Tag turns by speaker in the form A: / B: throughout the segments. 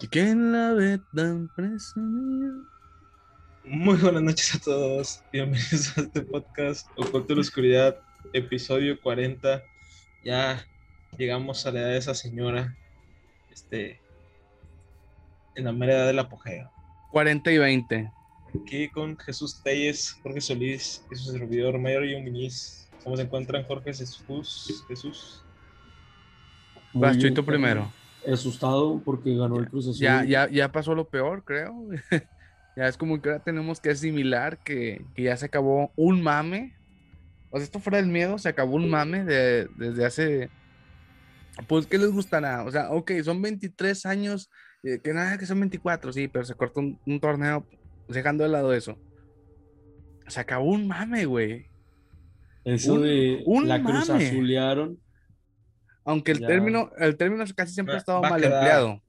A: ¿Quién la ve tan presumida?
B: Muy buenas noches a todos. Bienvenidos a este podcast Oculto de la Oscuridad, episodio 40. Ya llegamos a la edad de esa señora, este, en la mera edad del apogeo.
A: 40 y 20.
B: Aquí con Jesús Telles, Jorge Solís y su servidor Mayor y Muñiz. ¿Cómo se encuentran Jorge Jesús?
C: Muy
A: Vas,
C: bien,
A: Chuito
C: carnal.
A: primero.
C: Asustado porque ganó el Cruz
A: Ya,
C: Azul.
A: ya, ya pasó lo peor, creo. Ya es como que ahora tenemos que asimilar que ya se acabó un mame. O sea, esto fuera del miedo, se acabó un mame desde hace. Pues, ¿qué les gustará? O sea, ok, son 23 años, que nada, que son 24, sí, pero se cortó un torneo, dejando de lado eso. Se acabó un mame, güey.
C: Eso
A: Un,
C: de
A: un
C: la Cruz
A: mame.
C: Azulearon,
A: Aunque el
C: ya.
A: término, el término casi siempre ha estado
B: Va a
A: mal
B: quedar
A: empleado.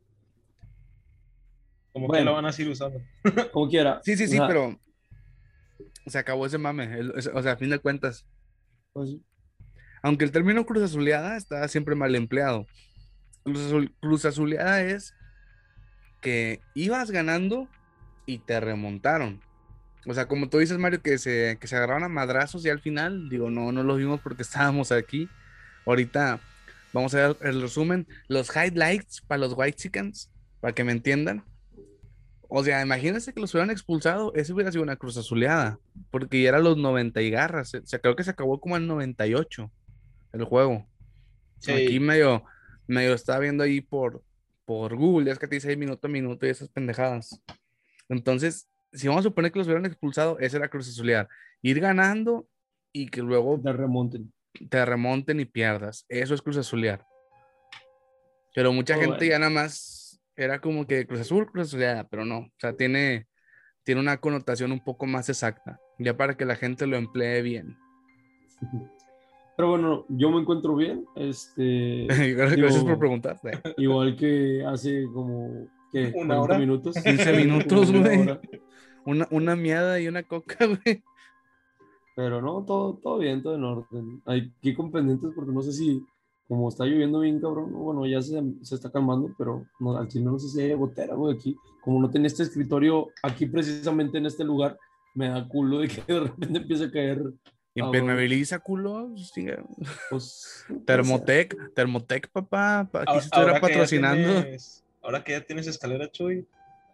B: como que la
C: Bueno,
B: van a seguir usando.
C: como quiera.
A: Sí, sí,
C: O
A: sí,
C: sea,
A: pero se acabó ese mame. O sea, a fin de cuentas,
C: pues,
A: aunque el término cruz azuleada está siempre mal empleado. Cruz azuleada es que ibas ganando y te remontaron. O sea, como tú dices, Mario, que se agarraron a madrazos y al final, digo, no lo vimos porque estábamos aquí. Ahorita vamos a ver el resumen, los highlights para los White Chickens, para que me entiendan. O sea, imagínense que los hubieran expulsado, eso hubiera sido una cruz azuleada, porque ya eran los 90 y garras. O sea, creo que se acabó como en 98 el juego. Aquí
B: Sí,
A: medio estaba viendo ahí por Google, ya es que te dice ahí minuto a minuto y esas pendejadas. Entonces, si vamos a suponer que los hubieran expulsado, esa era cruz azuleada. Ir ganando y que luego
C: te remonten.
A: te remonten y pierdas. Eso es cruz azulear. Pero mucha
C: Pues
A: gente
C: bueno.
A: ya nada más era como que cruz azul, cruz azuleada, pero no. O sea, tiene una connotación un poco más exacta, ya para que la gente lo emplee bien.
C: Pero bueno, yo me encuentro bien.
A: Gracias por
C: Digo,
A: preguntar.
C: igual que hace como, ¿qué?
B: una
C: 40
B: hora.
C: minutos.
A: 15
C: Hace como
A: minutos,
C: una
A: güey.
C: hora.
A: Una miada y una coca, güey.
C: Pero no, todo bien, todo en orden. Aquí con pendientes porque no sé si, como está lloviendo bien, cabrón, bueno, ya se está calmando, pero no, al chile no sé si hay gotera, güey, aquí. Como no tenía este escritorio aquí precisamente en este lugar, me da culo de que de repente empiece a caer agua, güey.
A: Impermeabiliza, culo. Sí.
C: Pues, puede ser.
A: Termotec, papá. Aquí se estuviera
B: Ahora que ya
A: patrocinando.
B: escalera, Chuy.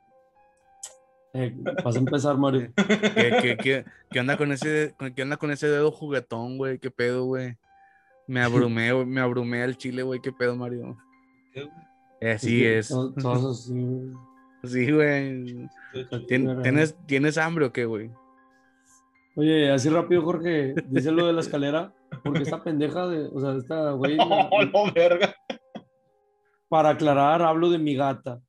C: Vas a empezar, Mario.
A: ¿Qué onda con qué onda con ese dedo juguetón, güey? ¿Qué pedo, güey? Me abrumé, güey, me abrumé al chile, güey. ¿Qué pedo, Mario?
C: Es
A: Así
C: que
A: es.
C: todos así, güey.
A: Sí, güey. ¿Tienes hambre o qué, güey?
C: Oye, así rápido, Jorge, dice lo de la escalera, porque esta pendeja o sea, esta güey,
B: ¡Oh, no, verga!
C: para aclarar, hablo de mi gata.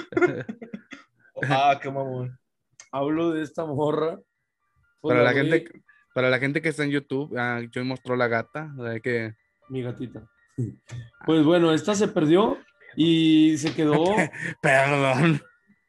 B: Ah, qué mamón.
C: Hablo de esta morra. Pues
A: Para
C: la
A: la gente,
C: güey,
A: para la gente que está en YouTube, yo mostró la gata, o sea que
C: mi gatita. Pues bueno, esta se perdió y se quedó.
A: perdón.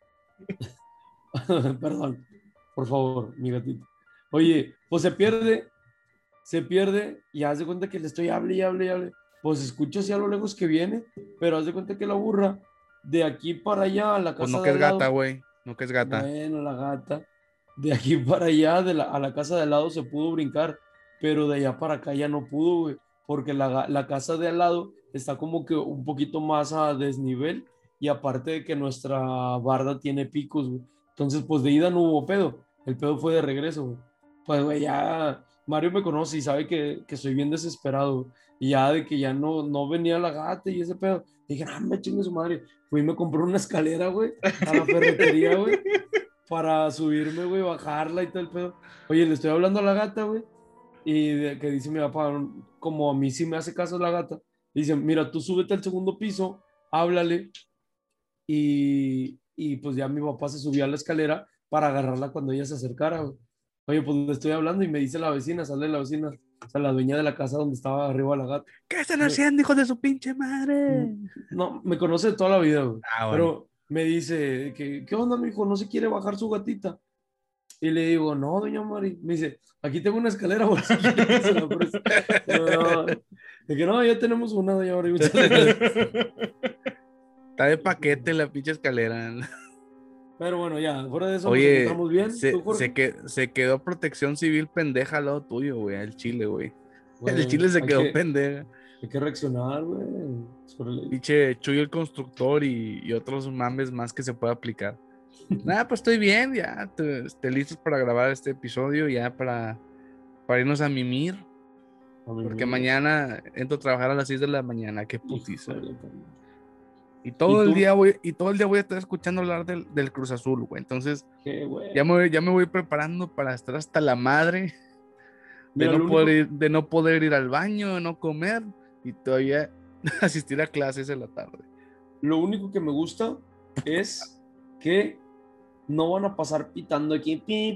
C: Perdón, por favor, mi gatita. Oye, pues se pierde y haz de cuenta que le estoy hable y hable y hable. Pues escucho así a lo lejos que viene, pero haz de cuenta que la burra de aquí para allá a la
A: Pues
C: casa
A: no que
C: de
A: es
C: al
A: gata,
C: lado.
A: güey. No que es gata.
C: Bueno, la gata, de aquí para allá, a la casa de al lado se pudo brincar, pero de allá para acá ya no pudo, güey, porque la casa de al lado está como que un poquito más a desnivel y aparte de que nuestra barda tiene picos, güey. Entonces, pues de ida no hubo pedo, el pedo fue de regreso, güey. Pues, güey, ya Mario me conoce y sabe que soy bien desesperado, güey. Y ya de que ya no venía la gata y ese pedo, dije, ah, me chingue su madre. Fui y me compré una escalera, güey, a la ferretería, güey, para subirme, güey, bajarla y todo el pedo. Oye, le estoy hablando a la gata, güey, y que dice mi papá, como a mí sí me hace caso la gata, dice, mira, tú súbete al segundo piso, háblale, y pues ya mi papá se subió a la escalera para agarrarla cuando ella se acercara, güey. Oye, pues le estoy hablando y me dice la vecina, sale la vecina, o sea, la dueña de la casa donde estaba arriba la gata.
A: ¿Qué están
C: Me-
A: haciendo, hijos de su pinche madre?
C: no, me conoce de toda la vida, güey,
A: Ah, bueno.
C: pero me dice que, ¿qué onda, mijo? ¿No se quiere bajar su gatita? Y le digo, no, doña Mari. Me dice, aquí tengo una escalera, por si quiere que se la preste. No, de que no, ya tenemos una, doña Mari, muchas gracias.
A: Está de paquete la pinche escalera.
C: Pero bueno, ya, fuera de eso nos
A: Oye,
C: encontramos bien. ¿Tú, Jorge?
A: se quedó protección civil pendeja al lado tuyo, güey, el Chile, güey.
C: Güey,
A: El Chile se quedó pendeja.
C: hay que reaccionar, güey. Sobre la-
A: Pinche Chuy el constructor y otros mames más que se puede aplicar. Nada, pues estoy bien, ya, listos para grabar este episodio, ya para irnos a mimir,
C: A mí
A: porque
C: me-
A: mañana entro a trabajar a las 6 de la mañana, qué putiza.
C: Híjole, carnal.
A: Y todo
C: ¿Y
A: el
C: tú?
A: día voy a estar escuchando hablar del Cruz Azul, güey. Entonces,
C: Qué güey.
A: ya me voy preparando para estar hasta la madre
C: Mira, lo único,
A: de no poder ir al baño, de no comer y todavía asistir a clases en la tarde.
C: lo único que me gusta es que no van a pasar pitando aquí.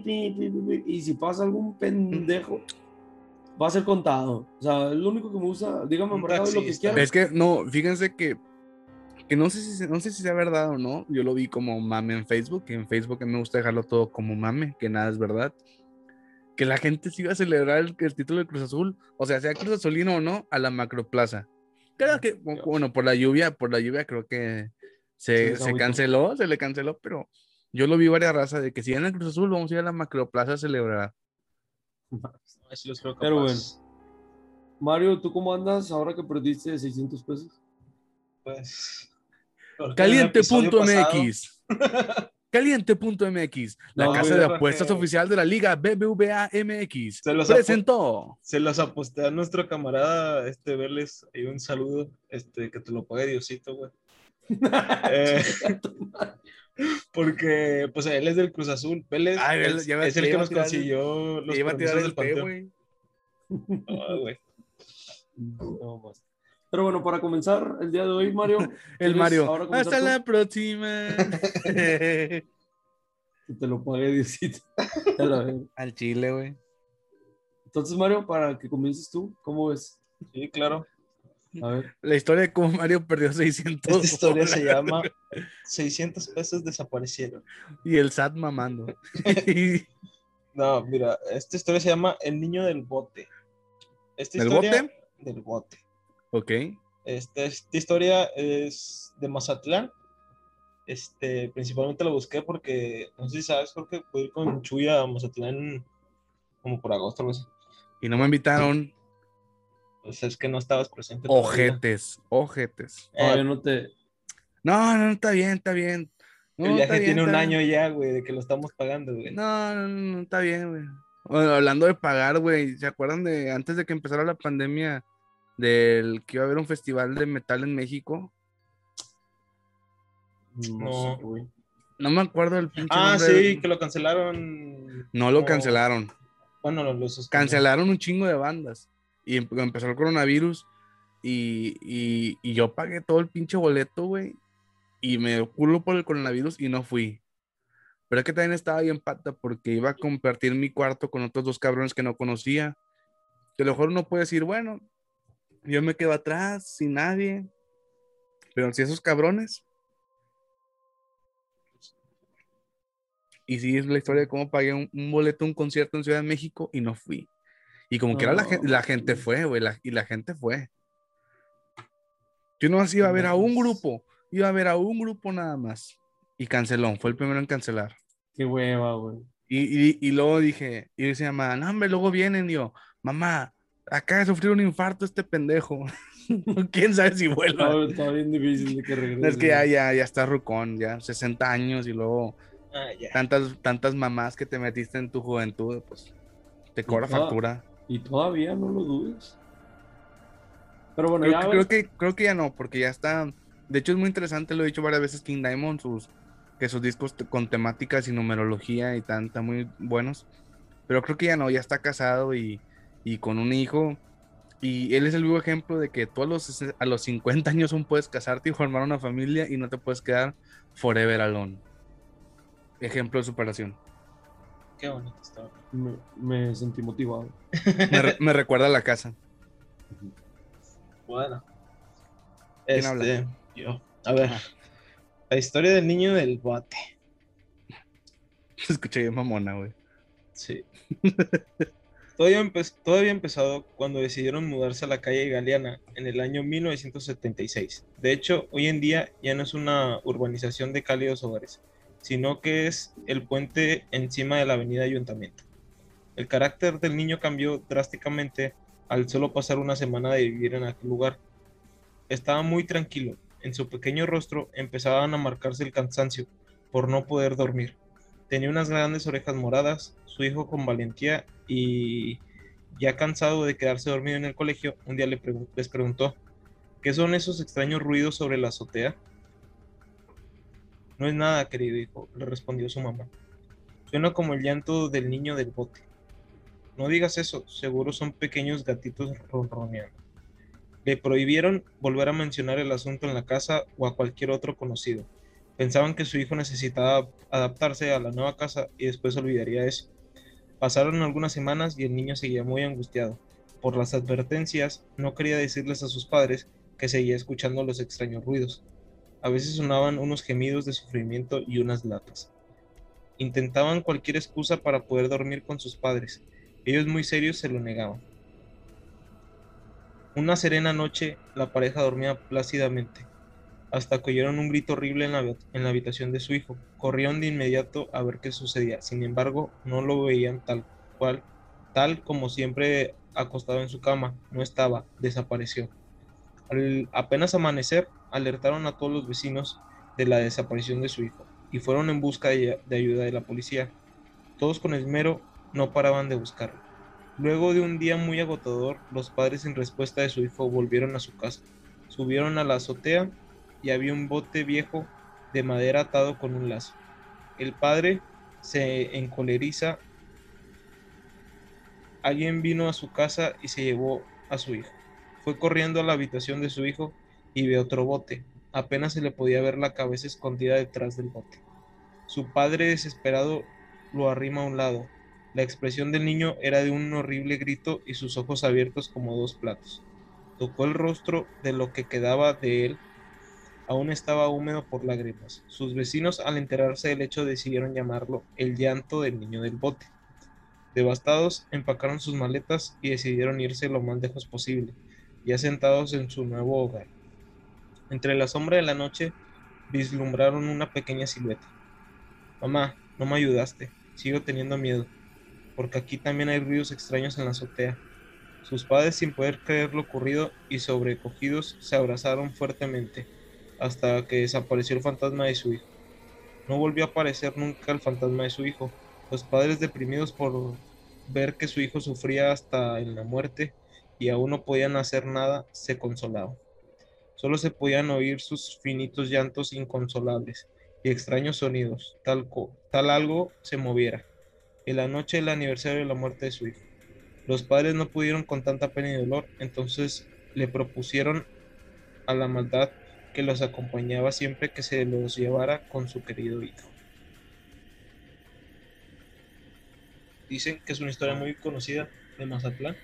C: Y si pasa algún pendejo, va a ser contado. O sea, es lo único que me gusta. Dígame,
B: Un
C: Marcado, lo que
B: taxista.
C: quieras.
A: Es que no, fíjense que no sé si sea verdad o no. Yo lo vi como mame en Facebook, y en Facebook me gusta dejarlo todo como mame, que nada es verdad. Que la gente sí iba a celebrar el título de Cruz Azul, o sea Cruz Azulino o no, a la Macroplaza. Creo que, bueno, por la lluvia creo que
C: Se
A: se
C: desagüitó.
A: se le canceló, pero yo lo vi varias razas de que si en el Cruz Azul vamos a ir a la Macroplaza a celebrar.
B: Así los creo
C: Pero bueno,
B: capaz.
C: Mario, ¿tú cómo andas ahora que perdiste 600 pesos?
B: Pues. Porque en el episodio pasado.
A: Caliente.mx. Caliente.mx, la
C: No,
A: casa
C: güey,
A: de
B: Jorge,
A: apuestas oficial de la Liga BBVA MX, presentó.
B: se los aposté a nuestro camarada Vélez. Y un saludo. Que te lo pague Diosito, güey.
C: Chinga tu madre.
B: Porque, pues, él es del Cruz Azul. Vélez
A: Ay,
B: es el que nos consiguió
A: le
B: los
A: iba a tirar
B: permisos
A: el
B: del
A: té,
B: Panteón.
A: güey.
B: No, güey.
C: No más. Pero bueno, para comenzar el día de hoy, Mario,
A: El
C: ¿quieres
A: Mario,
C: ahora comenzar
A: hasta
C: tú?
A: la próxima.
C: Que te lo pague Diosito. Ya la veo.
A: Al Chile, güey.
C: Entonces, Mario, para que comiences tú, ¿cómo ves?
B: Sí, claro.
C: A ver.
A: La historia de cómo Mario perdió 600
B: Esta historia se
A: dólares.
B: llama 600 pesos desaparecieron.
A: Y el SAT mamando.
B: No, mira, esta historia se llama El niño del bote. Esta
A: ¿Del
B: historia
A: bote?
B: del bote.
A: Ok.
B: Esta historia es de Mazatlán. Principalmente lo busqué porque, no sé si sabes, porque pude ir con Chuy a Mazatlán como por agosto, algo así.
A: Y no me invitaron.
B: Pues es que no estabas presente todavía.
A: Ojetes.
C: Todavía no te.
A: No, está bien, está bien. No,
B: El
A: está
B: viaje
A: bien,
B: tiene un
A: está
B: año
A: bien.
B: ya, güey, de que lo estamos pagando, güey.
A: No, está bien, güey. Bueno, hablando de pagar, güey, ¿se acuerdan de antes de que empezara la pandemia del que iba a haber un festival de metal en México?
C: No
B: No.
C: sé, güey.
A: No me acuerdo del pinche
B: Ah,
A: nombre.
B: sí, que lo cancelaron.
A: No lo
B: como-
A: cancelaron.
B: Bueno, lo suspendieron.
A: Cancelaron un chingo de bandas. Y empezó el coronavirus. Y yo pagué todo el pinche boleto, güey. Y me dio culo por el coronavirus y no fui. Pero es que también estaba bien pata porque iba a compartir mi cuarto con otros dos cabrones que no conocía. Que a lo mejor uno puede decir, bueno, yo me quedo atrás sin nadie. Pero si esos cabrones. Y sí, es la historia de cómo pagué un boleto, un concierto en Ciudad de México y no fui. Y como que era la gente fue, güey, y la gente fue. Yo no iba a ver a un grupo, iba a ver a un grupo nada más. Y canceló, fue el primero en cancelar.
C: Qué hueva, güey.
A: Y luego dije, y dice mamá, no, hombre, luego vienen, y yo, mamá, acaba de sufrir un infarto este pendejo. ¿Quién sabe si vuelva?
C: Está bien difícil de que
A: No,
C: regrese.
A: es que ya está rucón, ya 60 años y luego
B: Ah, ya.
A: tantas mamás que te metiste en tu juventud, pues te cobra factura.
C: Y todavía no lo dudes. Pero bueno, ya
A: Creo que ya no, porque ya está. De hecho, es muy interesante, lo he dicho varias veces, King Diamond, que sus discos con temáticas y numerología y están muy buenos. Pero creo que ya no, ya está casado y con un hijo. Y él es el vivo ejemplo de que tú a los 50 años aún puedes casarte y formar una familia y no te puedes quedar forever alone. Ejemplo de superación.
B: Qué bonito estaba.
C: me sentí motivado.
A: Me recuerda a la casa.
B: Bueno.
A: ¿Quién habla?
B: Yo. A ver. La historia del niño del bote.
A: Se escuché bien mamona, güey.
B: Sí. todo había empezado cuando decidieron mudarse a la calle Galeana en el año 1976. De hecho, hoy en día ya no es una urbanización de cálidos hogares, sino que es el puente encima de la avenida Ayuntamiento. El carácter del niño cambió drásticamente al solo pasar una semana de vivir en aquel lugar. Estaba muy tranquilo. En su pequeño rostro empezaban a marcarse el cansancio por no poder dormir. Tenía unas grandes orejas moradas, su hijo con valentía y ya cansado de quedarse dormido en el colegio, un día les preguntó, ¿qué son esos extraños ruidos sobre la azotea? No es nada, querido hijo, le respondió su mamá. Suena como el llanto del niño del bote. No digas eso, seguro son pequeños gatitos ronroneando. Le prohibieron volver a mencionar el asunto en la casa o a cualquier otro conocido. Pensaban que su hijo necesitaba adaptarse a la nueva casa y después olvidaría eso. Pasaron algunas semanas y el niño seguía muy angustiado. Por las advertencias, no quería decirles a sus padres que seguía escuchando los extraños ruidos. A veces sonaban unos gemidos de sufrimiento y unas latas. Intentaban cualquier excusa para poder dormir con sus padres. Ellos muy serios se lo negaban. Una serena noche, la pareja dormía plácidamente, hasta que oyeron un grito horrible en la habitación de su hijo. Corrieron de inmediato a ver qué sucedía. Sin embargo, no lo veían tal como siempre acostado en su cama. No estaba, desapareció. Al apenas amanecer, alertaron a todos los vecinos de la desaparición de su hijo y fueron en busca de ayuda de la policía. Todos con esmero no paraban de buscarlo. Luego de un día muy agotador, los padres en respuesta de su hijo volvieron a su casa. Subieron a la azotea y había un bote viejo de madera atado con un lazo. El padre se encoleriza. Alguien vino a su casa y se llevó a su hijo. Fue corriendo a la habitación de su hijo y ve otro bote. Apenas se le podía ver la cabeza escondida detrás del bote. Su padre, desesperado, lo arrima a un lado. La expresión del niño era de un horrible grito y sus ojos abiertos como dos platos. Tocó el rostro de lo que quedaba de él. Aún estaba húmedo por lágrimas. Sus vecinos, al enterarse del hecho, decidieron llamarlo el llanto del niño del bote. Devastados, empacaron sus maletas y decidieron irse lo más lejos posible, ya sentados en su nuevo hogar. Entre la sombra de la noche vislumbraron una pequeña silueta. Mamá, no me ayudaste. Sigo teniendo miedo, porque aquí también hay ruidos extraños en la azotea. Sus padres, sin poder creer lo ocurrido y sobrecogidos, se abrazaron fuertemente, hasta que desapareció el fantasma de su hijo. No volvió a aparecer nunca el fantasma de su hijo. Los padres, deprimidos por ver que su hijo sufría hasta en la muerte y aún no podían hacer nada, se consolaban. Solo se podían oír sus finitos llantos inconsolables y extraños sonidos, tal algo se moviera. En la noche del aniversario de la muerte de su hijo, los padres no pudieron con tanta pena y dolor, entonces le propusieron a la maldad que los acompañaba siempre que se los llevara con su querido hijo. Dicen que es una historia muy conocida de Mazatlán.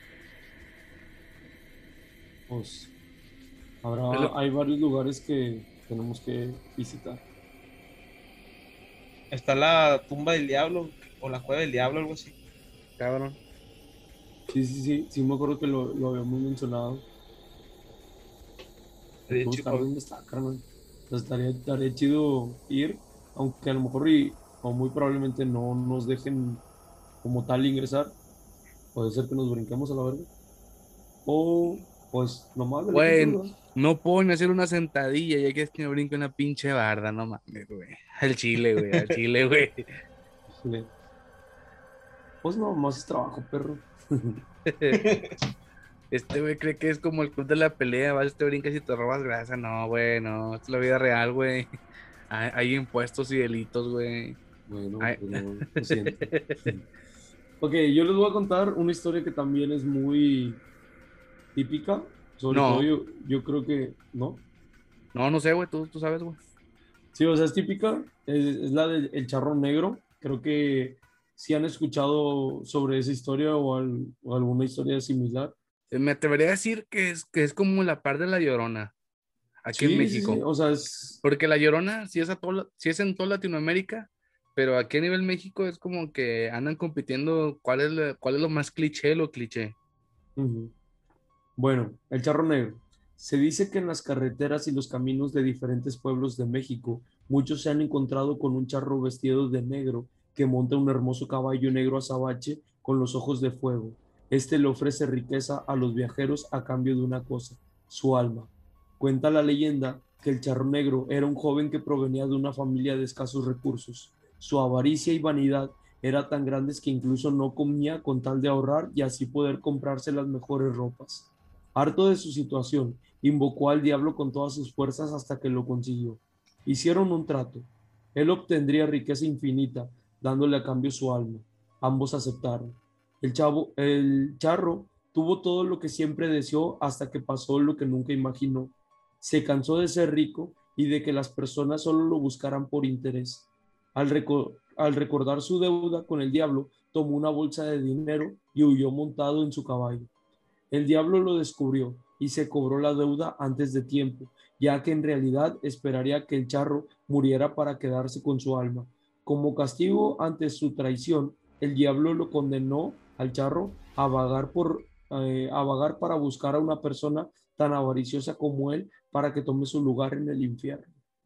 C: Pues
A: Es lo-
C: hay varios lugares que tenemos que visitar.
B: Está la tumba del diablo o la cueva del diablo, algo así.
A: Cabrón.
C: Sí, me acuerdo que lo habíamos mencionado. Hay
B: De
C: que
B: hecho,
C: buscar dónde está, carnal. O sea, estaría chido ir, aunque a lo mejor o muy probablemente no nos dejen como tal ingresar. Puede ser que nos brinquemos a la verga. O pues nomás de lejitos,
A: Güey,
C: ¿verdad?
A: no puedo ni hacer una sentadilla, ya que es que me brinco en la pinche barda, no mames, güey. Al chile, güey, al chile, güey.
C: Híjole. Pues nomás es trabajo, perro.
A: Este güey cree que es como el club de la pelea, vas, te brincas y te robas grasa. No, güey, no, es la vida real, güey. Hay impuestos y delitos, güey.
C: Bueno,
A: Hay-
C: pues no, lo siento. Ok, yo les voy a contar una historia que también es muy típica. Sobre todo
A: No,
C: yo creo que, ¿no?
A: no sé, güey, tú sabes, güey.
C: Sí, o sea, es típica. Es la del el charro negro. Creo que si han escuchado sobre esa historia o alguna historia similar.
A: Me atrevería a decir que es como la par de la Llorona, aquí en
C: Sí.
A: México.
C: O sea, es.
A: Porque la Llorona, si es en toda Latinoamérica, Pero aquí a nivel México es como que andan compitiendo cuál es lo más cliché, lo cliché.
C: Ujú. Bueno, el charro negro. Se dice que en las carreteras y los caminos de diferentes pueblos de México, muchos se han encontrado con un charro vestido de negro que monta un hermoso caballo negro azabache con los ojos de fuego. Este le ofrece riqueza a los viajeros a cambio de una cosa, su alma. Cuenta la leyenda que el charro negro era un joven que provenía de una familia de escasos recursos. Su avaricia y vanidad eran tan grandes que incluso no comía con tal de ahorrar y así poder comprarse las mejores ropas. Harto de su situación, invocó al diablo con todas sus fuerzas hasta que lo consiguió. Hicieron un trato. Él obtendría riqueza infinita, dándole a cambio su alma. Ambos aceptaron. El charro tuvo todo lo que siempre deseó hasta que pasó lo que nunca imaginó. Se cansó de ser rico y de que las personas solo lo buscaran por interés. Al recordar su deuda con el diablo, tomó una bolsa de dinero y huyó montado en su caballo. El diablo lo descubrió y se cobró la deuda antes de tiempo, ya que en realidad esperaría que el charro muriera para quedarse con su alma. Como castigo ante su traición, el diablo lo condenó al charro a vagar para buscar a una persona tan avariciosa como él para que tome su lugar en el infierno.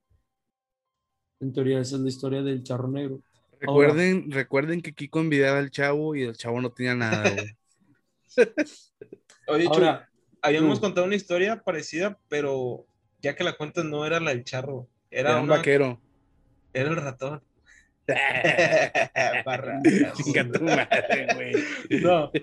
C: En teoría, esa es la historia del charro negro. Ahora,
A: Recuerden que Kiko envidiaba al chavo y el chavo no tenía nada, güey.
B: Oye, Chuy,
C: ahora,
B: habíamos
C: tú,
B: contado una historia parecida, pero ya que la cuentas no era la del charro,
A: Era un vaquero.
B: era el ratón. Barra,
A: Chinga tu madre, güey.
B: no,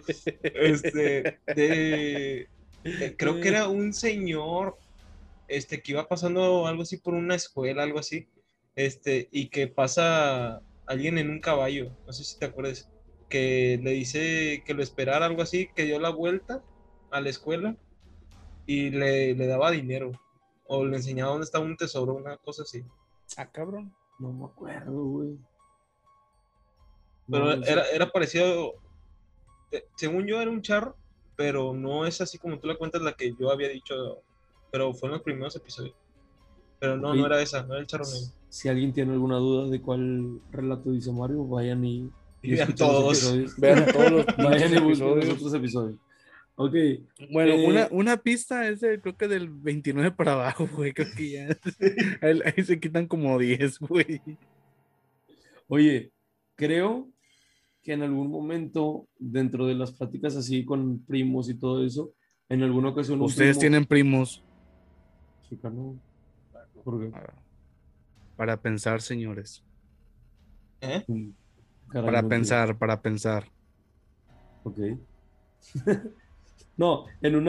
B: creo que era un señor, que iba pasando algo así por una escuela, algo así, y que pasa alguien en un caballo, no sé si te acuerdas, que le dice que lo esperara, algo así, que dio la vuelta a la escuela y le daba dinero, o le enseñaba dónde estaba un tesoro, una cosa así.
A: Ah, cabrón.
C: no me acuerdo, güey. No,
B: Pero era parecido, según yo era un charro, pero no es así como tú la cuentas la que yo había dicho, pero fue en los primeros episodios. Pero
C: ok.
B: no, no era esa, no era el charro negro.
C: Si alguien tiene alguna duda de cuál relato dice Mario, vayan y
B: Y vean
C: escuchen los
B: todos.
C: episodios.
A: Vean todos los pinches
C: Vayan y busquen los
A: episodios.
C: otros episodios. Ok.
A: Bueno,
C: eh,
A: una pista es creo que del 29 para abajo, güey. Creo que ya. Ahí se quitan como 10, güey.
C: oye, creo que en algún momento, dentro de las pláticas así con primos y todo eso, en alguna ocasión un
A: Ustedes
C: primo.
A: tienen primos.
C: Chica, no, ¿por qué?
A: Ah, para pensar, señores.
B: ¿Eh?
C: Caray, no entiendo.
A: Para pensar.
C: Ok. No,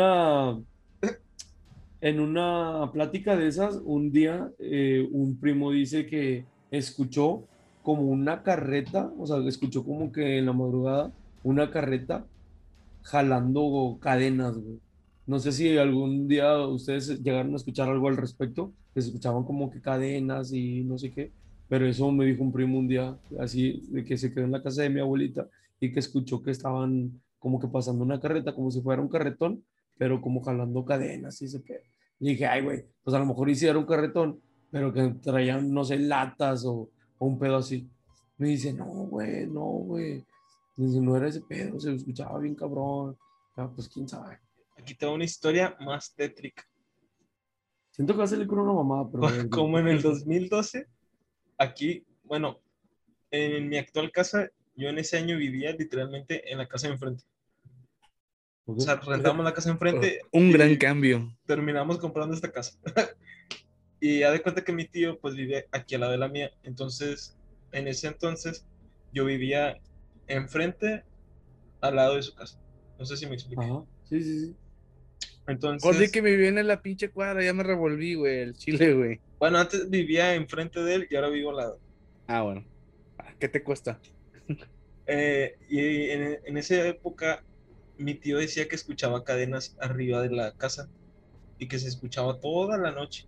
C: en una plática de esas, un día un primo dice que escuchó como una carreta, o sea, escuchó como que en la madrugada una carreta jalando cadenas, güey. No sé si algún día ustedes llegaron a escuchar algo al respecto, que se escuchaban como que cadenas y no sé qué, pero eso me dijo un primo un día, así, de que se quedó en la casa de mi abuelita y que escuchó que estaban como que pasando una carreta, como si fuera un carretón, pero como jalando cadenas y ese pedo. Y dije, ay, güey, pues a lo mejor hiciera un carretón, pero que traían, no sé, latas o un pedo así. Me dice, no, güey, no, güey. Dice, no era ese pedo, se escuchaba bien cabrón. Ah, pues quién sabe.
B: Aquí tengo una historia más tétrica.
C: Siento que va a salir con una mamá, pero a ver,
B: Como en el 2012, aquí, bueno, en mi actual casa, yo en ese año vivía literalmente en la casa de enfrente. O
C: ok.
B: sea, rentamos la casa de enfrente
A: Un gran
B: y
A: cambio.
B: terminamos comprando esta casa. Y ya de cuenta que mi tío pues vive aquí al lado de la mía. Entonces, en ese entonces, yo vivía enfrente al lado de su casa. No sé si me expliqué.
C: Ajá, sí, sí, sí.
A: Oye, que
B: Entonces,
A: me viene en la pinche cuadra, ya me revolví, güey, el chile, güey.
B: bueno, antes vivía enfrente de él y ahora vivo al lado.
A: Ah, bueno. ¿Qué te cuesta?
B: Y en esa época, mi tío decía que escuchaba cadenas arriba de la casa y que se escuchaba toda la noche.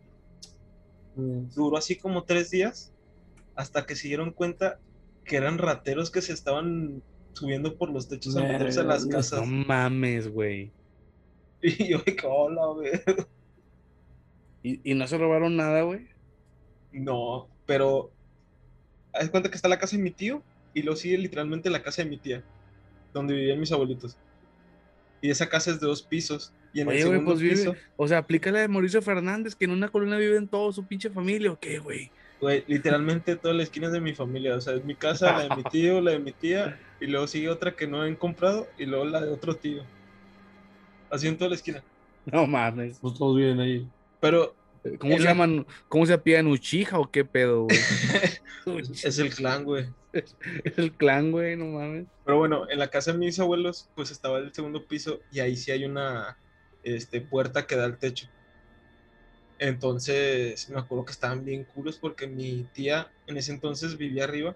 C: Pues,
B: Duró así como 3 días hasta que se dieron cuenta que eran rateros que se estaban subiendo por los techos a meterse a
C: verga,
B: las
C: güey.
A: No
B: casas.
A: mames, güey.
B: Y yo de que, hola, güey.
A: ¿Y no se robaron nada, güey?
B: No, pero haz de cuenta que está la casa de mi tío y luego sigue literalmente la casa de mi tía, donde vivían mis abuelitos. Y esa casa es de 2 pisos. Y en el
A: Oye, güey, pues
B: segundo
A: vive,
B: piso,
A: o sea, aplica la de Mauricio Fernández, que en una colonia viven toda su pinche familia, ¿o qué, güey?
B: güey, literalmente toda la esquina es de mi familia. O sea, es mi casa, la de mi tío, la de mi tía, y luego sigue otra que no han comprado, y luego la de otro tío. Así en toda la esquina.
A: No mames.
C: Pues todos viven ahí.
B: Pero
A: ¿Cómo
B: en
A: se
B: la...
A: llaman? ¿Cómo se apellidan Uchija o qué pedo, güey?
B: es el clan, güey.
A: Es el clan, güey, no mames.
B: Pero bueno, en la casa de mis abuelos, pues estaba el segundo piso y ahí sí hay una puerta que da al techo. Entonces, me acuerdo que estaban bien culos porque mi tía en ese entonces vivía arriba,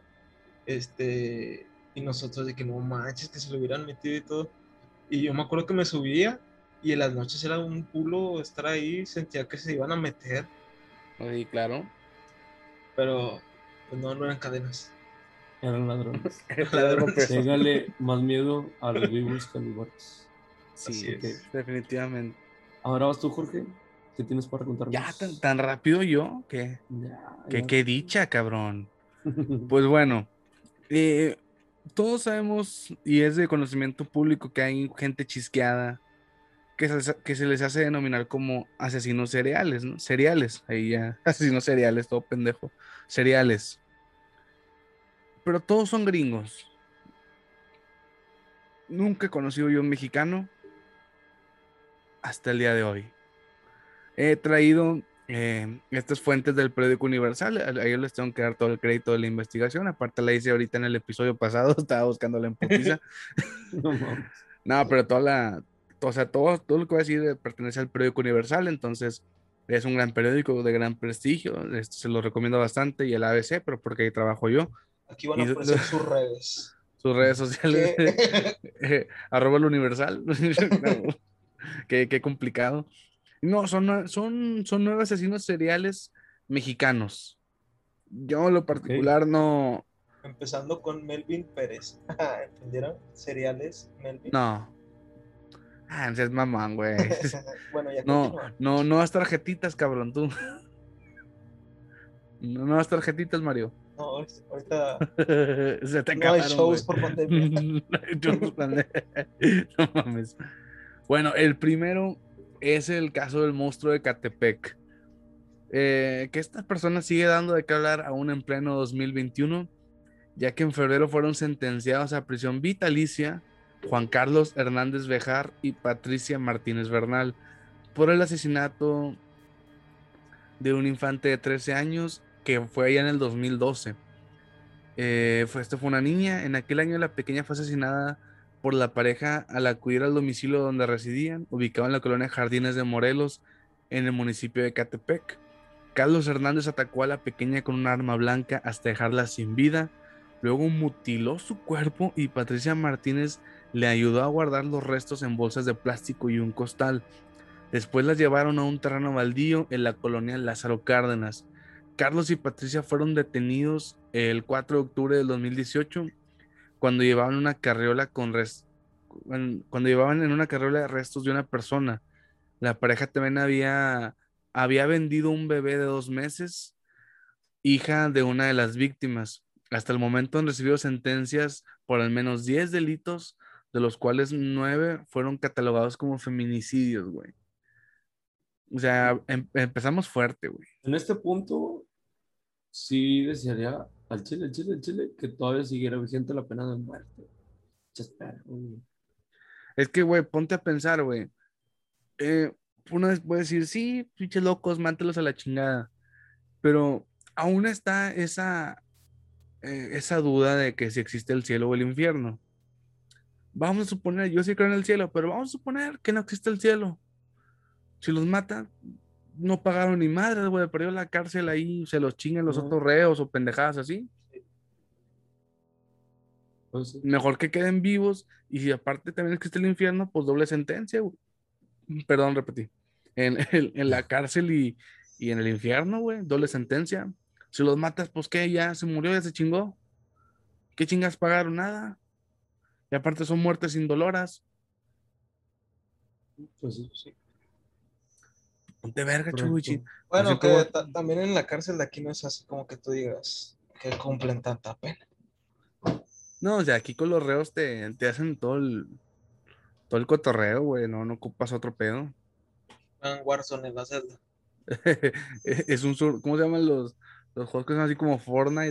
B: y nosotros de que no manches, que se lo hubieran metido y todo. Y yo me acuerdo que me subía y en las noches era un culo estar ahí, sentía que se iban a meter,
A: Sí, claro.
B: pero pues no, no eran cadenas,
C: Eran ladrones.
A: Era
B: ladrones.
A: rompedor.
C: Téngale más miedo a los vivos que a los muertos.
B: Así
A: Sí,
C: Ok.
B: es.
A: definitivamente.
C: Ahora vas tú, Jorge. ¿Qué tienes para
A: Ya tan,
C: contarnos?
A: tan rápido yo,
C: Ya,
A: que
C: ya.
A: qué dicha, cabrón. Pues bueno, eh, todos sabemos y es de conocimiento público que hay gente chisqueada que se les hace denominar como asesinos seriales, ¿no? Seriales, ahí ya, asesinos seriales, todo pendejo. Seriales. Pero todos son gringos. Nunca he conocido yo un mexicano hasta el día de hoy. He traído estas fuentes del periódico Universal, a ellos les tengo que dar todo el crédito de la investigación, aparte la hice ahorita en el episodio pasado, estaba buscando la emputiza.
C: No mames.
A: No, pero o sea, todo lo que voy a decir pertenece al periódico Universal, entonces es un gran periódico de gran prestigio, se lo recomiendo bastante, y el ABC, pero porque ahí trabajo yo,
B: Aquí van a
A: y
B: aparecer sus redes.
A: sus redes sociales,
B: ¿Qué?
A: arroba el Universal, no, qué complicado. No, son 9 asesinos seriales mexicanos. Yo en lo
C: Ok.
A: particular no,
B: Empezando con Melvin Pérez. ¿Entendieron? Cereales, Melvin.
A: no. No seas mamón, güey.
B: Bueno, ya
A: No,
B: continúa.
A: no das tarjetitas, cabrón, tú. No das tarjetitas, Mario.
B: No, ahorita
A: Se te
B: no hay
A: acabaron, güey.
B: shows por pandemia.
A: Yo no no mames. Bueno, el primero es el caso del monstruo de Catepec. Que esta persona sigue dando de qué hablar aún en pleno 2021, ya que en febrero fueron sentenciados a prisión vitalicia Juan Carlos Hernández Bejar y Patricia Martínez Bernal por el asesinato de un infante de 13 años que fue allá en el 2012. Esto fue una niña. En aquel año la pequeña fue asesinada por la pareja al acudir al domicilio donde residían, ubicado en la colonia Jardines de Morelos, en el municipio de Catepec. Carlos Hernández atacó a la pequeña con un arma blanca hasta dejarla sin vida. Luego mutiló su cuerpo y Patricia Martínez le ayudó a guardar los restos en bolsas de plástico y un costal. Después las llevaron a un terreno baldío en la colonia Lázaro Cárdenas. Carlos y Patricia fueron detenidos el 4 de octubre del 2018 cuando llevaban una carriola cuando llevaban en una carriola restos de una persona. La pareja también había vendido un bebé de 2 meses, hija de una de las víctimas. Hasta el momento han recibido sentencias por al menos 10 delitos, de los cuales 9 fueron catalogados como feminicidios, güey. O sea, empezamos fuerte, güey.
C: En este punto, sí desearía al Chile, que todavía siguiera vigente la pena de muerte. Ya espera, güey.
A: Es que, güey, ponte a pensar, güey. Eh, Una vez puede decir, sí, pinches locos, mátelos a la chingada. Pero aún está esa duda de que si existe el cielo o el infierno. Vamos a suponer, yo sí creo en el cielo, pero vamos a suponer que no existe el cielo. Si los matan, no pagaron ni madre, güey, perdió la cárcel ahí, se los chingan los
C: No,
A: otros reos o pendejadas así.
C: pues sí.
A: Mejor que queden vivos y si aparte también existe el infierno, pues doble sentencia, güey. Perdón, repetí. En la cárcel y en el infierno, güey, doble sentencia. Si los matas, pues qué, ya se murió, ya se chingó. ¿Qué chingas pagaron? Nada. Y aparte son muertes indoloras.
C: Pues sí,
B: Sí.
A: Ponte verga, Chubuchi.
C: correcto.
A: Yo
B: Bueno,
A: siempre
B: que
A: voy.
B: también en la cárcel de aquí no es así como que tú digas. que cumplen tanta pena.
A: No, o sea, aquí con los reos te hacen todo el cotorreo, güey, no ocupas otro pedo.
B: Juegan Warzone en la celda.
A: ¿Cómo se llaman los juegos que son así como Fortnite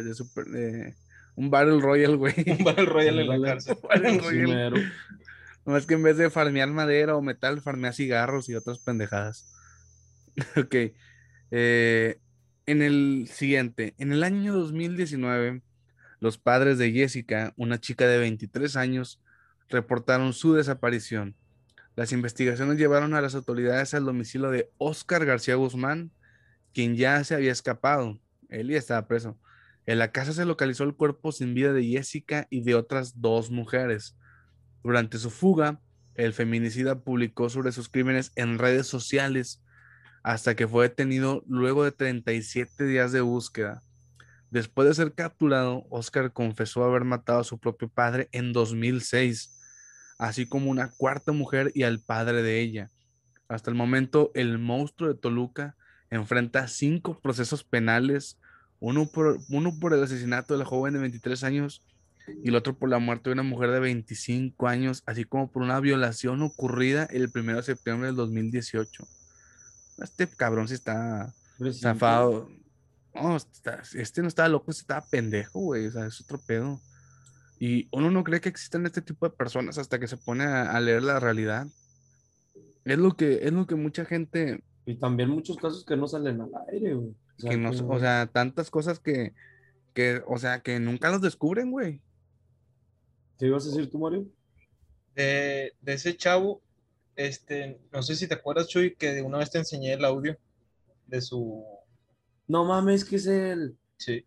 A: un Battle Royale, güey?
B: Un Battle Royale en la
C: Ándale,
B: cárcel.
A: Battle
C: así
A: Royale.
C: mero.
A: No es que en vez de farmear madera o metal, farmear cigarros y otras pendejadas. Ok. eh, en el siguiente, en el año 2019, los padres de Jessica, una chica de 23 años, reportaron su desaparición. Las investigaciones llevaron a las autoridades al domicilio de Óscar García Guzmán, quien ya se había escapado. Él ya estaba preso. En la casa se localizó el cuerpo sin vida de Jessica y de otras dos mujeres. Durante su fuga, el feminicida publicó sobre sus crímenes en redes sociales hasta que fue detenido luego de 37 días de búsqueda. Después de ser capturado, Oscar confesó haber matado a su propio padre en 2006, así como una cuarta mujer y al padre de ella. Hasta el momento, el monstruo de Toluca enfrenta 5 procesos penales, uno por el asesinato de la joven de 23 años y el otro por la muerte de una mujer de 25 años, así como por una violación ocurrida el 1 de septiembre del 2018. Este cabrón sí está
C: Reciente.
A: zafado. No, este no estaba loco, este estaba pendejo, güey. O sea, es otro pedo. Y uno no cree que existan este tipo de personas hasta que se pone a leer la realidad. Es lo que mucha gente
C: Y también muchos casos que no salen al aire, güey. O
A: que
C: sea,
A: no,
C: que
A: o sea, tantas cosas o sea, que nunca los descubren, güey.
C: ¿qué ibas a decir tú, Mario?
B: De ese chavo, no sé si te acuerdas, Chuy, que de una vez te enseñé el audio de su...
C: No mames, que es el.
B: Sí.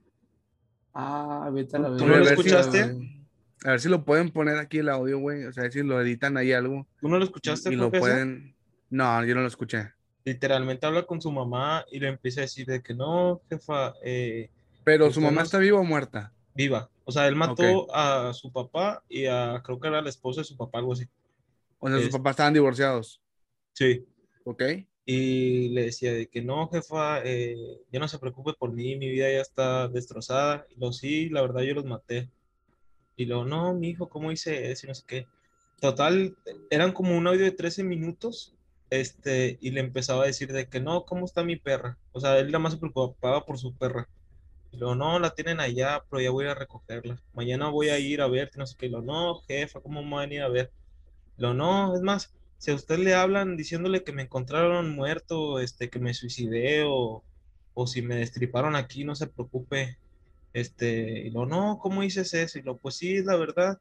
C: Ah, vete a la
B: ¿Tú no lo
A: A ver si,
C: verga,
B: escuchaste?
C: güey.
A: a ver si lo pueden poner aquí el audio, güey. O sea, si lo editan ahí algo
B: ¿Tú no lo
A: y
B: escuchaste,
A: lo
B: Jorge, ese?
A: pueden. No, yo no lo escuché.
B: Literalmente habla con su mamá y le empieza a decir de que no, jefa,
A: Pero su
B: usted
A: mamá
B: no
A: está
B: es
A: viva o muerta.
B: viva. O sea, él
A: Ok.
B: mató a su papá y a, creo que era la esposa de su papá, algo así.
A: O sea, sus
B: Es,
A: papás estaban divorciados.
B: sí.
A: Ok.
B: Y le decía de que no, jefa, ya no se preocupe por mí, mi vida ya está destrozada. Y lo sí, la verdad yo los maté. Y luego, no, mi hijo, ¿cómo hice eso? Y no sé qué. Total, eran como un audio de 13 minutos, y le empezaba a decir de que no, ¿cómo está mi perra? O sea, él nada más se preocupaba por su perra. Y luego, no, la tienen allá, pero ya voy a ir a recogerla. Mañana voy a ir a ver, no sé qué. Y luego, no, jefa, ¿cómo me van a ir a ver? Lo no, es más, si a usted le hablan diciéndole que me encontraron muerto, que me suicidé o si me destriparon aquí, no se preocupe. Y lo no, ¿cómo dices eso? Y lo, pues sí, la verdad,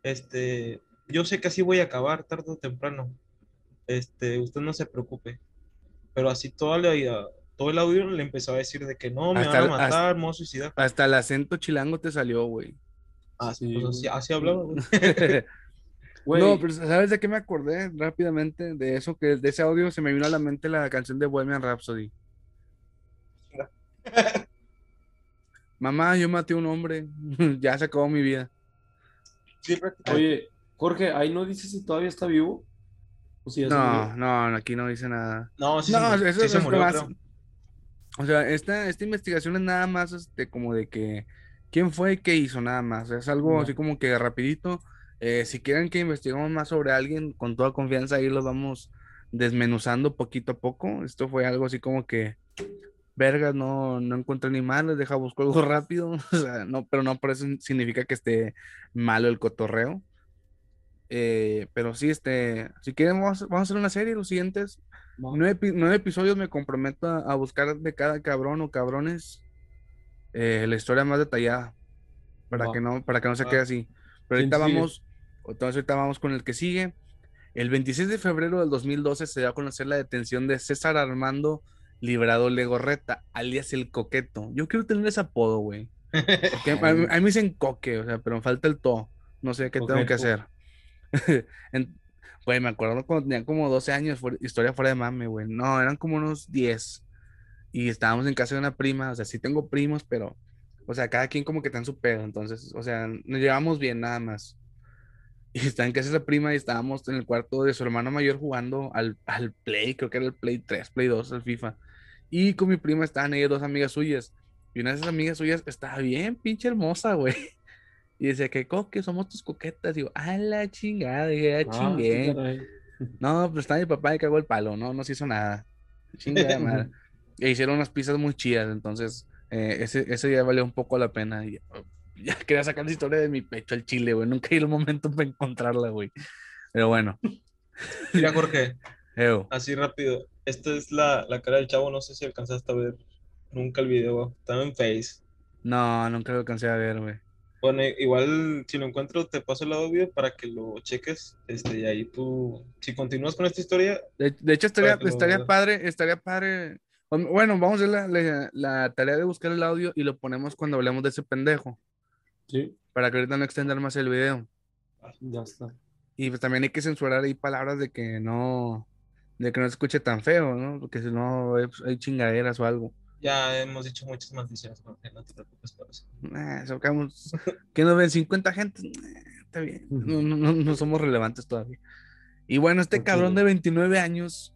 B: yo sé que así voy a acabar tarde o temprano. Usted no se preocupe. Pero así todo el audio le empezó a decir de que no, me
A: Hasta,
B: van a
A: el- hasta,
B: matar, me voy a suicidar.
A: hasta el acento chilango te salió, güey.
B: Ah,
C: Sí,
B: pues así,
C: güey.
B: así hablaba, güey.
A: No,
C: Güey,
A: pero ¿sabes de qué me acordé rápidamente? De eso, que de ese audio se me vino a la mente la canción de Bohemian Rhapsody. Mamá, yo maté a un hombre, ya se acabó mi vida.
B: Sí, prácticamente.
C: oye, Jorge, ahí no dice si todavía está vivo o si ya se murió.
A: No, aquí no dice nada.
B: No,
A: No,
B: sí
A: eso
B: se
A: es
B: murió,
A: más,
B: creo.
A: o sea, esta investigación es nada más, como de que, ¿quién fue y qué hizo? Nada más, es algo
C: Ya.
A: así como que rapidito. Si quieren que investiguemos más sobre alguien, con toda confianza, ahí los vamos desmenuzando poquito a poco. Esto fue algo así como que vergas, no encuentro ni mal, les deja buscar algo rápido, o sea, no, pero no por eso significa que esté malo el cotorreo. Pero sí, si quieren, vamos a hacer una serie, los siguientes
C: Va.
A: 9 episodios me comprometo a buscar de cada cabrón o cabrones la historia más detallada,
C: Va.
A: para que no se quede
B: Ah,
A: así. Pero
C: ¿Quién sigue?
A: ahorita vamos con el que sigue. El 26 de febrero del 2012 se dio a conocer la detención de César Armando Librado Legorreta, alias El Coqueto. Yo quiero tener ese apodo, güey. Porque
C: Ay,
A: a mí me dicen coque, o sea, pero me falta el to. No sé qué tengo que
C: coqueto.
A: hacer. En- Güey, me acuerdo cuando tenía como 12 años, historia fuera de mame, güey. No, eran como unos 10. Y estábamos en casa de una prima, o sea, sí tengo primos, pero, o sea, cada quien como que está en su pedo. Entonces, o sea, nos llevamos bien nada más. Y está en casa de esa prima y estábamos en el cuarto de su hermano mayor jugando al Play, creo que era el Play 3 Play 2 al FIFA. Y con mi prima estaban ellas dos amigas suyas. Y una de esas amigas suyas estaba bien pinche hermosa, güey. Y decía que coque, somos tus coquetas. Digo, a la chingada, dije, ya
C: Qué
A: chingué.
C: caray.
A: No, pues está mi papá y cagó el palo, no, no se hizo nada. Chingada madre. E hicieron unas pizzas muy chidas, entonces ese ya valió un poco la pena. Y, ya quería sacar la historia de mi pecho al chile, güey. Nunca hay el momento para encontrarla, güey. Pero bueno.
B: Mira, Jorge,
A: Ew.
B: así rápido. Esta es la cara del chavo, no sé si alcanzaste a ver nunca el video. Estaba en Face.
A: No, nunca lo alcancé a ver, güey.
B: Bueno, igual si lo encuentro te paso el audio para que lo cheques. Y ahí tú, si continúas con esta historia,
A: De hecho,
B: para que
A: estaría
B: lo...
A: padre, estaría padre. Bueno, vamos a hacer la tarea de buscar el audio y lo ponemos cuando hablemos de ese pendejo,
C: Sí,
A: para que ahorita no extender más el video.
C: ya está.
A: Y pues también hay que censurar ahí palabras de que no se escuche tan feo, ¿no? Porque si no hay chingaderas o algo.
B: Ya hemos dicho muchas maldiciones, Jorge, no te preocupes por eso.
A: Sacamos, ¿qué nos ven? 50 gente. Está bien, no somos relevantes todavía. Y bueno, este cabrón de 29 años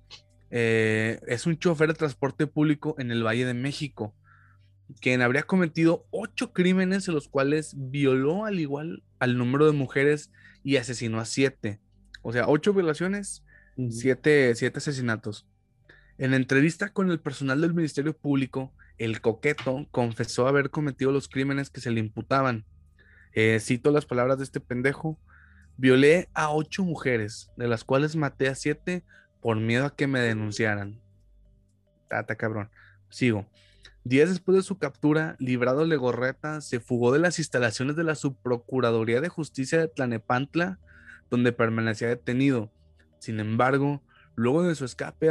A: es un chofer de transporte público en el Valle de México, quien habría cometido 8 crímenes en los cuales violó al igual al número de mujeres y asesinó a 7. O sea, 8 violaciones, 7 asesinatos. En entrevista con el personal del Ministerio Público, el coqueto confesó haber cometido los crímenes que se le imputaban. Cito las palabras de este pendejo: violé a 8 mujeres, de las cuales maté a 7 por miedo a que me denunciaran. Tata cabrón. Sigo. Días después de su captura, Librado Legorreta se fugó de las instalaciones de la Subprocuraduría de Justicia de Tlanepantla, donde permanecía detenido. Sin embargo, luego de su escape,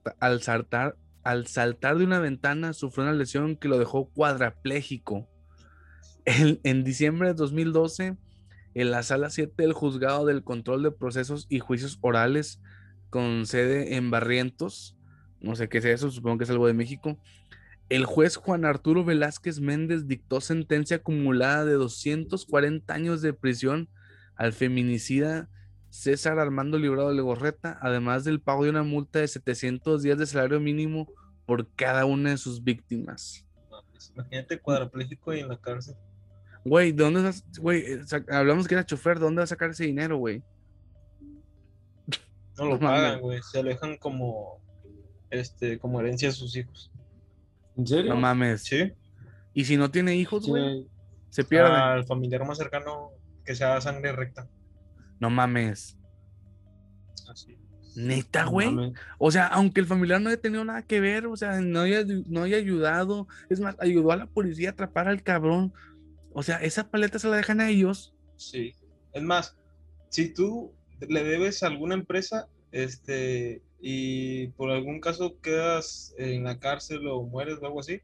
A: al saltar de una ventana, sufrió una lesión que lo dejó cuadrapléjico. En diciembre de 2012, en la Sala 7 del Juzgado del Control de Procesos y Juicios Orales, con sede en Barrientos, no sé qué es eso, supongo que es algo de México, el juez Juan Arturo Velázquez Méndez dictó sentencia acumulada de 240 años de prisión al feminicida César Armando Librado Legorreta, además del pago de una multa de 700 días de salario mínimo por cada una de sus víctimas.
B: Imagínate cuadrapléjico y en la cárcel.
A: Güey, ¿de dónde vas? Güey, hablamos que era chofer, ¿de dónde va a sacar ese dinero, güey?
B: No lo
A: No
B: pagan,
A: mames.
B: güey. Se alejan como herencia a sus hijos.
C: ¿En
A: No
C: serio?
A: mames.
B: ¿Sí?
A: Y si no tiene hijos, güey,
C: Sí,
A: se pierde.
B: Al familiar más cercano que sea sangre recta.
A: No mames.
B: Así.
A: Neta,
C: no
A: güey.
C: mames.
A: O sea, aunque el familiar no haya tenido nada que ver, o sea, no haya ayudado. Es más, ayudó a la policía a atrapar al cabrón. O sea, esa paleta se la dejan a ellos.
B: Sí. Es más, si tú le debes a alguna empresa, y por algún caso quedas en la cárcel o mueres o algo así,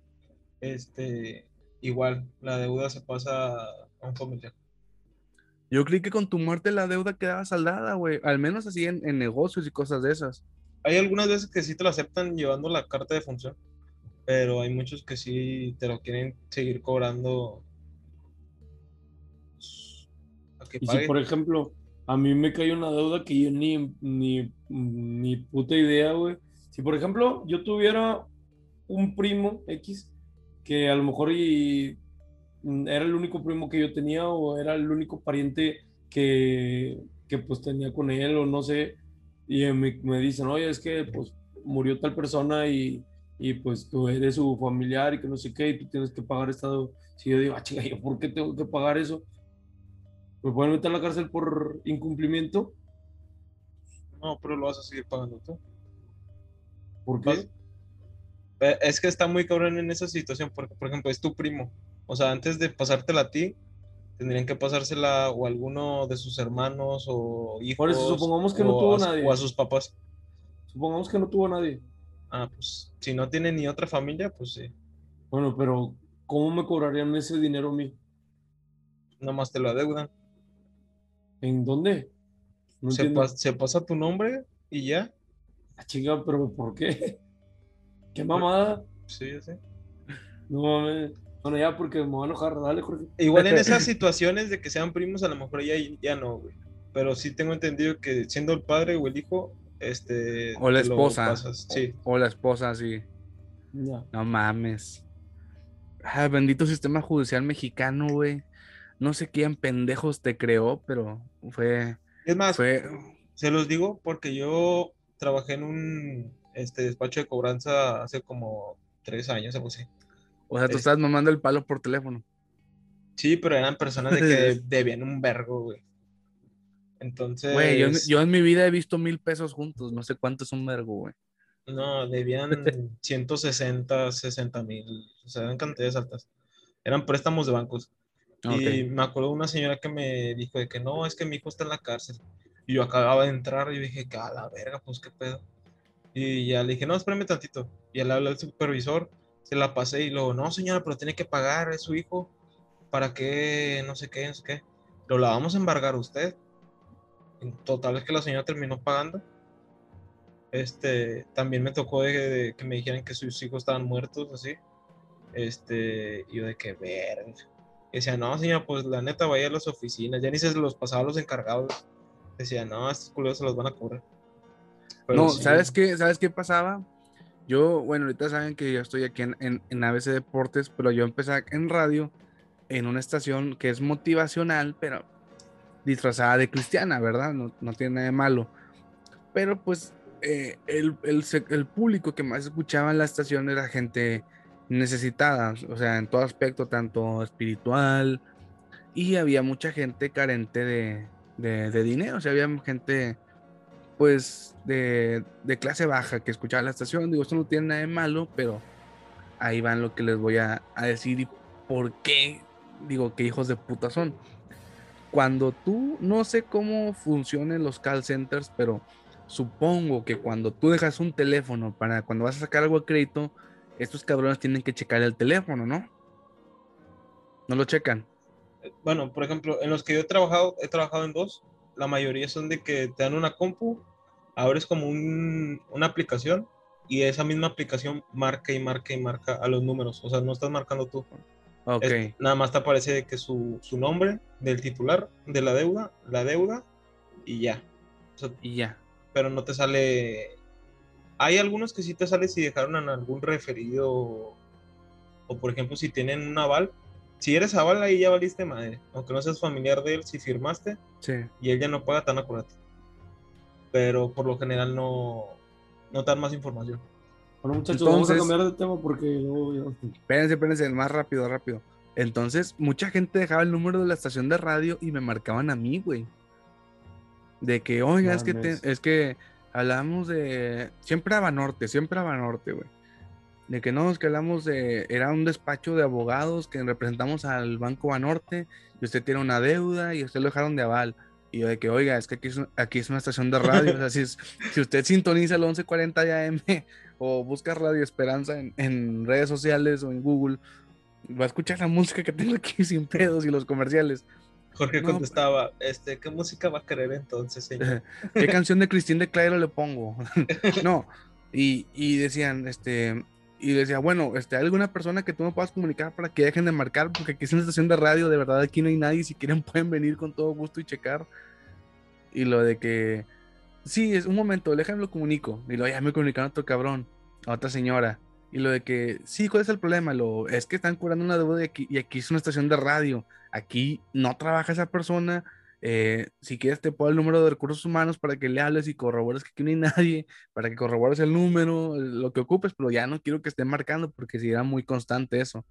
B: igual la deuda se pasa a un familiar.
A: Yo creí que con tu muerte la deuda quedaba saldada, güey. Al menos así en negocios y cosas de esas.
B: Hay algunas veces que sí te lo aceptan llevando la carta de función, pero hay muchos que sí te lo quieren seguir cobrando a que
C: Y si,
B: pague.
C: por ejemplo, a mí me cae una deuda que yo ni puta idea, güey. Si, por ejemplo, yo tuviera un primo X que a lo mejor era el único primo que yo tenía o era el único pariente que pues tenía con él o no sé, y me dicen, oye, es que pues murió tal persona y pues tú eres su familiar y que no sé qué, y tú tienes que pagar esta deuda. Si yo digo, ah, chinga, ¿yo por qué tengo que pagar eso? ¿Me pueden meter a la cárcel por incumplimiento?
B: No, pero lo vas a seguir pagando tú.
C: ¿Por
B: Vas-
C: qué?
B: Es que está muy cabrón en esa situación, porque, por ejemplo, es tu primo. O sea, antes de pasártela a ti, tendrían que pasársela o a alguno de sus hermanos o
C: Por eso
B: hijos
C: supongamos que no tuvo
B: o a
C: nadie.
B: sus papás.
C: Supongamos que no tuvo nadie.
B: Ah, pues si no tiene ni otra familia, pues sí,
C: Bueno, pero ¿cómo me cobrarían ese dinero a mí?
B: nomás te lo adeudan.
C: ¿En dónde? No entiendo.
B: Se pasa tu nombre y ya.
C: Ah, chinga, pero ¿por qué? ¿Qué
B: Pues,
C: mamada?
B: sí, sí.
C: No mames. Bueno, ya porque me voy a enojar. Dale, Jorge.
B: Igual en esas situaciones de que sean primos, a lo mejor ya no, güey. Pero sí tengo entendido que siendo el padre o el hijo,
A: O la
B: te lo
A: esposa.
B: pasas. Sí.
A: O la esposa, sí.
C: Ya.
A: No mames. Bendito sistema judicial mexicano, güey. No sé quién pendejos te creó, pero fue,
B: Es más,
A: fue,
B: se los digo porque yo trabajé en un despacho de cobranza hace como 3 años, algo así.
A: o sea, tú
B: Es-
A: estás mamando el palo por teléfono.
B: sí, pero eran personas de que debían un vergo, güey.
A: Güey,
B: Entonces,
A: yo en mi vida he visto 1,000 pesos juntos, no sé cuánto es un vergo, güey.
B: no, debían 160 mil, o sea, eran cantidades altas. Eran préstamos de bancos. Y
A: Ok.
B: me acuerdo de una señora que me dijo de que no, es que mi hijo está en la cárcel. Y yo acababa de entrar y yo dije que a la verga, pues qué pedo. Y ya le dije, no, espérame tantito. Y al habla el supervisor, se la pasé y luego, no, señora, pero tiene que pagar, es su hijo. ¿Para qué? No sé qué, no sé qué. Lo la vamos a embargar a usted. En total es que la señora terminó pagando. También me tocó de que me dijeran que sus hijos estaban muertos, así. Y yo de que verga. Y decía, no, señora, pues la neta vaya a las oficinas. Ya ni se los pasaba a los encargados. Decía, no, estos culeros se los van a cobrar. Pero
A: No,
B: sí,
A: ¿sabes qué? ¿Sabes qué pasaba? Yo, bueno, ahorita saben que yo estoy aquí en ABC Deportes, pero yo empecé en radio en una estación que es motivacional, pero disfrazada de cristiana, ¿verdad? No, no tiene nada de malo. Pero pues el público que más escuchaba en la estación era gente necesitada, o sea, en todo aspecto, tanto espiritual, y había mucha gente carente de dinero, o sea, había gente pues de clase baja que escuchaba la estación. Digo, esto no tiene nada de malo, pero ahí van lo que les voy a decir y por qué digo que hijos de puta son. Cuando tú, no sé cómo funcionan los call centers, pero supongo que cuando tú dejas un teléfono para cuando vas a sacar algo de crédito, estos cabrones tienen que checar el teléfono, ¿no? No lo checan.
B: bueno, por ejemplo, en los que yo he trabajado en dos. La mayoría son de que te dan una compu, abres como una aplicación y esa misma aplicación marca y marca y marca a los números. O sea, no estás marcando tú.
A: Ok,
B: Nada más te aparece de que su nombre del titular de la deuda y ya. O sea,
A: y ya.
B: pero no te sale. Hay algunos que sí te sale si dejaron en algún referido o por ejemplo si tienen un aval. Si eres aval ahí ya valiste madre. Aunque no seas familiar de él, si firmaste
A: Sí.
B: y él ya no paga, tan acuérdate. Pero por lo general no te dan más información.
C: Bueno, muchachos, vamos a
A: Entonces,
C: cambiar de tema porque luego
A: espérense, más rápido, rápido. Entonces, mucha gente dejaba el número de la estación de radio y me marcaban a mí, güey. De que, oiga,
C: mames.
A: es que hablamos de, siempre a Banorte, güey. De que no, es que hablamos de, era un despacho de abogados que representamos al Banco Banorte y usted tiene una deuda y usted lo dejaron de aval. Y yo de que, oiga, es que aquí es una estación de radio, o sea, si usted sintoniza el 1140 de AM o busca Radio Esperanza en redes sociales o en Google, va a escuchar la música que tengo aquí sin pedos y los comerciales.
B: Jorge
A: No,
B: contestaba, ¿qué música va a querer entonces, señor?
A: ¿qué canción de Cristín de Clairo le pongo? No, y decían, y decía, bueno, ¿hay alguna persona que tú me puedas comunicar para que dejen de marcar? Porque aquí es una estación de radio, de verdad aquí no hay nadie, si quieren pueden venir con todo gusto y checar. Y lo de que, sí, es un momento, déjame lo comunico. Y lo ya me comunicaron a otro cabrón, a otra señora. Y lo de que, sí, ¿cuál es el problema? Es que están cobrando una deuda y aquí es una estación de radio. Aquí no trabaja esa persona. Si quieres, te puedo el número de recursos humanos para que le hables y corrobores que aquí no hay nadie, para que corrobores el número, lo que ocupes, pero ya no quiero que estén marcando porque si era muy constante eso.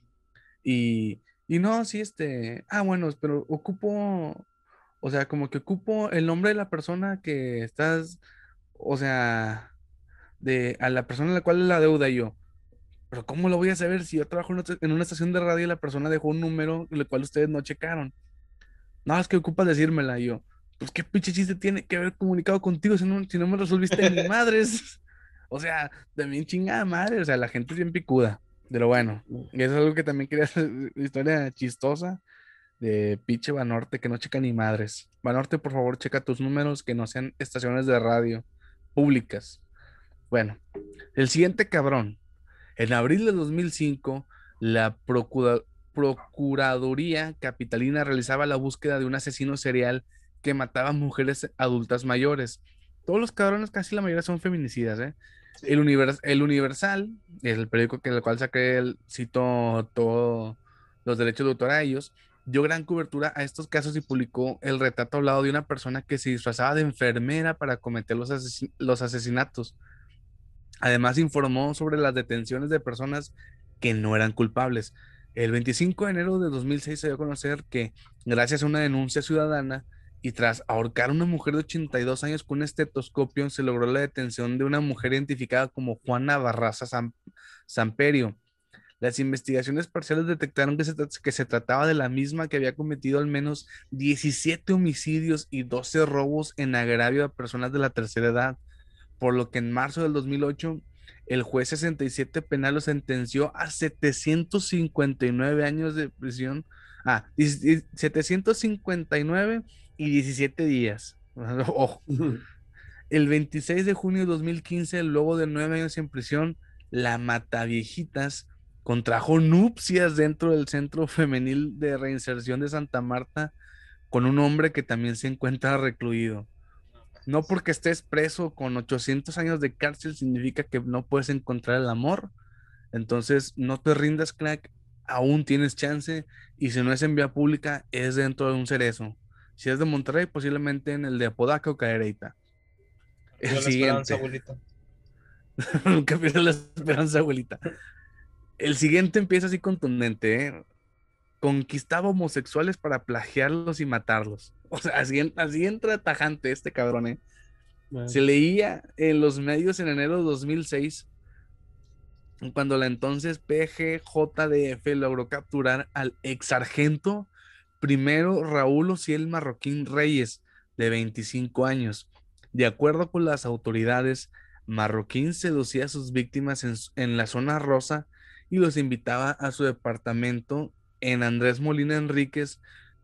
A: Y no, sí, bueno, pero ocupo, o sea, como que ocupo el nombre de la persona que estás, o sea, a la persona a la cual es la deuda y yo. Pero ¿cómo lo voy a saber si yo trabajo en una estación de radio y la persona dejó un número el cual ustedes no checaron? No, es que ocupas decírmela y yo. Pues qué pinche chiste tiene que haber comunicado contigo si no me resolviste ni madres. O sea, también chingada madre, o sea, la gente es bien picuda. Pero bueno, y eso es algo que también quería hacer, historia chistosa de pinche Banorte que no checa ni madres. Banorte, por favor, checa tus números que no sean estaciones de radio públicas. Bueno, el siguiente cabrón. En abril de 2005, la Procuraduría Capitalina realizaba la búsqueda de un asesino serial que mataba mujeres adultas mayores. Todos los cabrones, casi la mayoría son feminicidas, ¿eh?
B: Sí.
A: El Universal, es el periódico que el cual saqué, citó todos los derechos de autor a ellos, dio gran cobertura a estos casos y publicó el retrato hablado de una persona que se disfrazaba de enfermera para cometer los asesinatos. Además, informó sobre las detenciones de personas que no eran culpables. El 25 de enero de 2006 se dio a conocer que, gracias a una denuncia ciudadana y tras ahorcar a una mujer de 82 años con un estetoscopio, se logró la detención de una mujer identificada como Juana Barraza Samperio. Las investigaciones parciales detectaron que se trataba de la misma que había cometido al menos 17 homicidios y 12 robos en agravio a personas de la tercera edad, por lo que en marzo del 2008 el juez 67 penal lo sentenció a 759 años de prisión, 759 y 17 días. Ojo. El 26 de junio de 2015, luego de 9 años en prisión, la Mataviejitas contrajo nupcias dentro del Centro Femenil de Reinserción de Santa Marta con un hombre que también se encuentra recluido. No porque estés preso con 800 años de cárcel significa que no puedes encontrar el amor. Entonces, no te rindas, crack. Aún tienes chance. Y si no es en vía pública, es dentro de un cerezo. Si es de Monterrey, posiblemente en el de Apodaca o Cadereyta. El
B: Arriba la esperanza,
A: siguiente.
B: abuelita.
A: Nunca pierdas la esperanza, abuelita. El siguiente empieza así contundente, ¿eh? Conquistaba homosexuales para plagiarlos y matarlos. O sea, así entra tajante este cabrón, ¿eh? Se
C: Bueno,
A: leía en los medios en enero de 2006, cuando la entonces PGJDF logró capturar al ex sargento primero Raúl Ociel Marroquín Reyes, de 25 años. De acuerdo con las autoridades, Marroquín seducía a sus víctimas en la zona rosa y los invitaba a su departamento en Andrés Molina Enríquez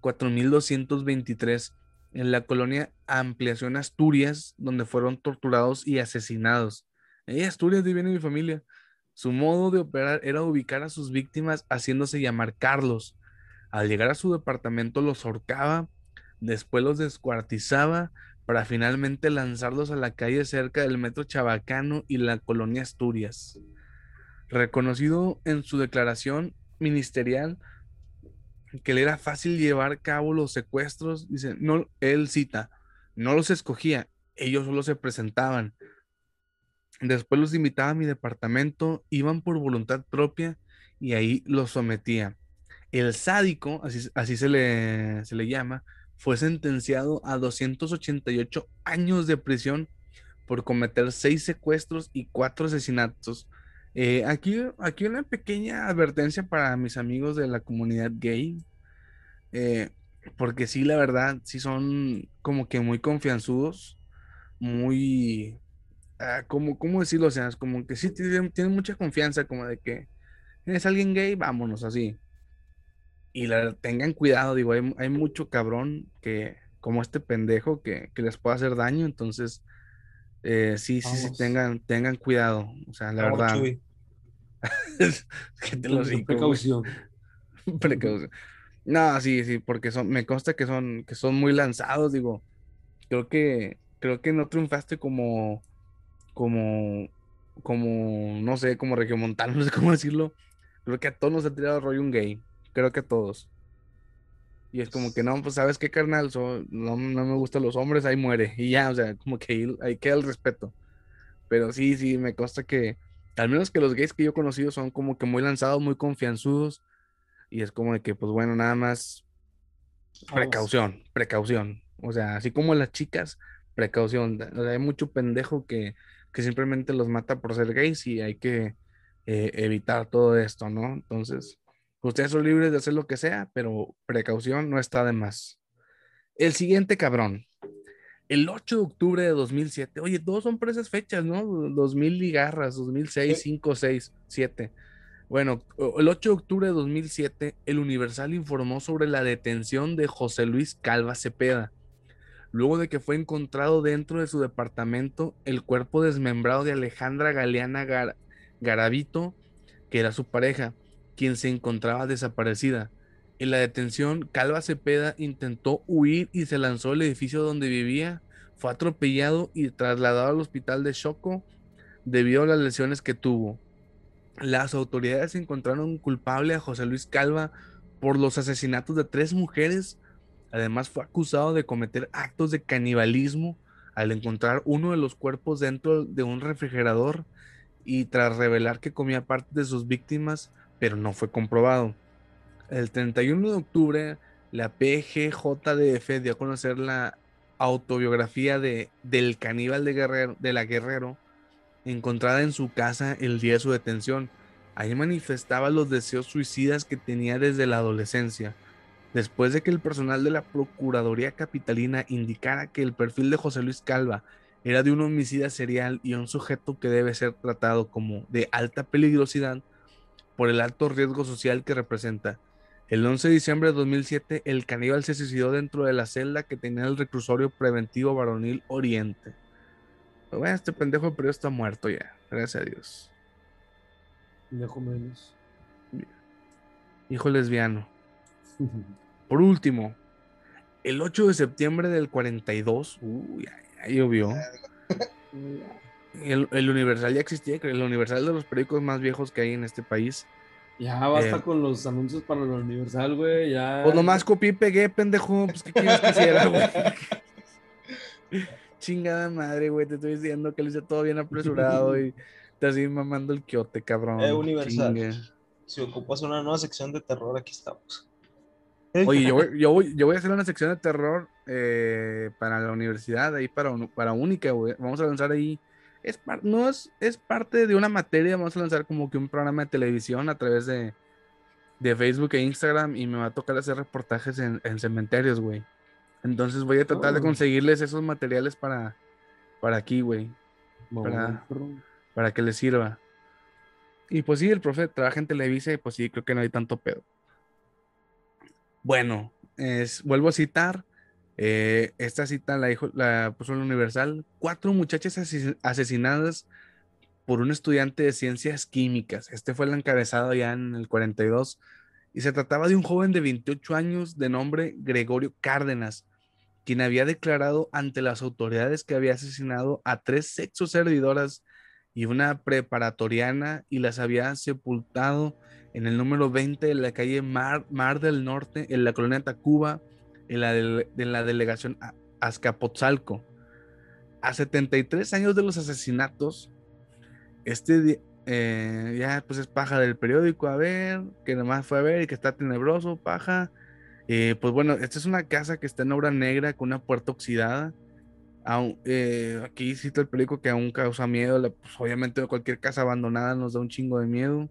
A: 4223, en la colonia Ampliación Asturias, donde fueron torturados y asesinados. Asturias, de viene mi familia. Su modo de operar era ubicar a sus víctimas haciéndose llamar Carlos. Al llegar a su departamento los ahorcaba, después los descuartizaba para finalmente lanzarlos a la calle cerca del metro Chabacano y la colonia Asturias. Reconocido en su declaración ministerial que le era fácil llevar a cabo los secuestros, dice, no, él cita, no los escogía, ellos solo se presentaban. Después los invitaba a mi departamento, iban por voluntad propia y ahí los sometía. El sádico, así se le llama, fue sentenciado a 288 años de prisión por cometer 6 secuestros y 4 asesinatos. Aquí una pequeña advertencia para mis amigos de la comunidad gay, eh, porque sí, la verdad, sí son como que muy confianzudos, muy, ¿cómo decirlo? O sea, es como que sí tienen mucha confianza, como de que es alguien gay, vámonos así. Y tengan cuidado, digo, hay mucho cabrón que, como este pendejo, que les puede hacer daño, entonces, sí,
C: vamos.
A: tengan cuidado, o sea, la
B: Vamos,
A: verdad,
B: Chuy.
A: que te lo
C: Tener
A: digo, güey,
C: precaución.
A: precaución. No, sí, porque me consta que son muy lanzados, digo, creo que no triunfaste como, no sé, como regiomontano, no sé cómo decirlo, creo que a todos nos ha tirado rollo un gay, creo que a todos. Y es como que no, pues sabes qué, carnal, no me gustan los hombres, ahí muere. Y ya, o sea, como que ahí queda el respeto. Pero sí, me consta que, al menos que los gays que yo he conocido son como que muy lanzados, muy confianzudos. Y es como de que, pues bueno, nada más
C: Vamos.
A: precaución. O sea, así como las chicas, precaución. O sea, hay mucho pendejo que simplemente los mata por ser gays y hay que evitar todo esto, ¿no? Entonces, ustedes son libres de hacer lo que sea, pero precaución no está de más. El siguiente cabrón, el 8 de octubre de 2007. Oye, todos son por esas fechas, ¿no? 2000 y garras, 2006,
B: Sí.
A: 5, 6, 7. Bueno, el 8 de octubre de 2007, el Universal informó sobre la detención de José Luis Calva Cepeda, luego de que fue encontrado dentro de su departamento el cuerpo desmembrado de Alejandra Galeana Garavito, que era su pareja, quien se encontraba desaparecida. En la detención, Calva Cepeda intentó huir y se lanzó al edificio donde vivía, fue atropellado y trasladado al hospital de Choco, debido a las lesiones que tuvo. Las autoridades encontraron culpable a José Luis Calva por los asesinatos de 3 mujeres. Además, fue acusado de cometer actos de canibalismo al encontrar uno de los cuerpos dentro de un refrigerador y tras revelar que comía parte de sus víctimas, pero no fue comprobado. El 31 de octubre, la PGJDF dio a conocer la autobiografía del caníbal de la Guerrero, encontrada en su casa el día de su detención. Ahí manifestaba los deseos suicidas que tenía desde la adolescencia. Después de que el personal de la Procuraduría Capitalina indicara que el perfil de José Luis Calva era de un homicida serial y un sujeto que debe ser tratado como de alta peligrosidad por el alto riesgo social que representa. El 11 de diciembre de 2007, el caníbal se suicidó dentro de la celda que tenía el reclusorio preventivo varonil Oriente. Pero bueno, este pendejo pero está muerto ya, gracias a Dios.
C: Dejo menos.
A: Hijo lesbiano. Por último, el 8 de septiembre del 42, ya llovió. El Universal ya existía, el Universal de los periódicos más viejos que hay en este país.
C: Ya basta con los anuncios para la Universal, güey. Ya.
A: Pues nomás copié y pegué, pendejo. Pues, ¿qué quieres que hiciera, güey? Chingada madre, güey. Te estoy diciendo que lo hice todo bien apresurado y te así mamando el quiote, cabrón.
B: Universal.
A: Chinga.
B: Si ocupas una nueva sección de terror, aquí estamos.
A: Oye, yo voy a hacer una sección de terror para la universidad, ahí para Única, güey. Vamos a lanzar ahí. No es parte de una materia, vamos a lanzar como que un programa de televisión a través de Facebook e Instagram y me va a tocar hacer reportajes en cementerios, güey. Entonces voy a tratar de conseguirles esos materiales para aquí, güey. Para que les sirva. Y pues sí, el profe trabaja en Televisa y pues sí, creo que no hay tanto pedo. Bueno, vuelvo a citar. Esta cita la puso en la Universal. 4 muchachas asesinadas por un estudiante de ciencias químicas. Este fue el encabezado ya en el 42. Y se trataba de un joven de 28 años de nombre Gregorio Cárdenas, quien había declarado ante las autoridades que había asesinado a 3 sexoservidoras y una preparatoriana y las había sepultado en el número 20 de la calle Mar del Norte, en la colonia Tacuba, en la delegación Azcapotzalco. A 73 años de los asesinatos, ya pues es paja del periódico, a ver, que nomás fue a ver y que está tenebroso, paja. Pues bueno, esta es una casa que está en obra negra con una puerta oxidada. Aquí cita el periódico que aún causa miedo. Pues obviamente cualquier casa abandonada nos da un chingo de miedo.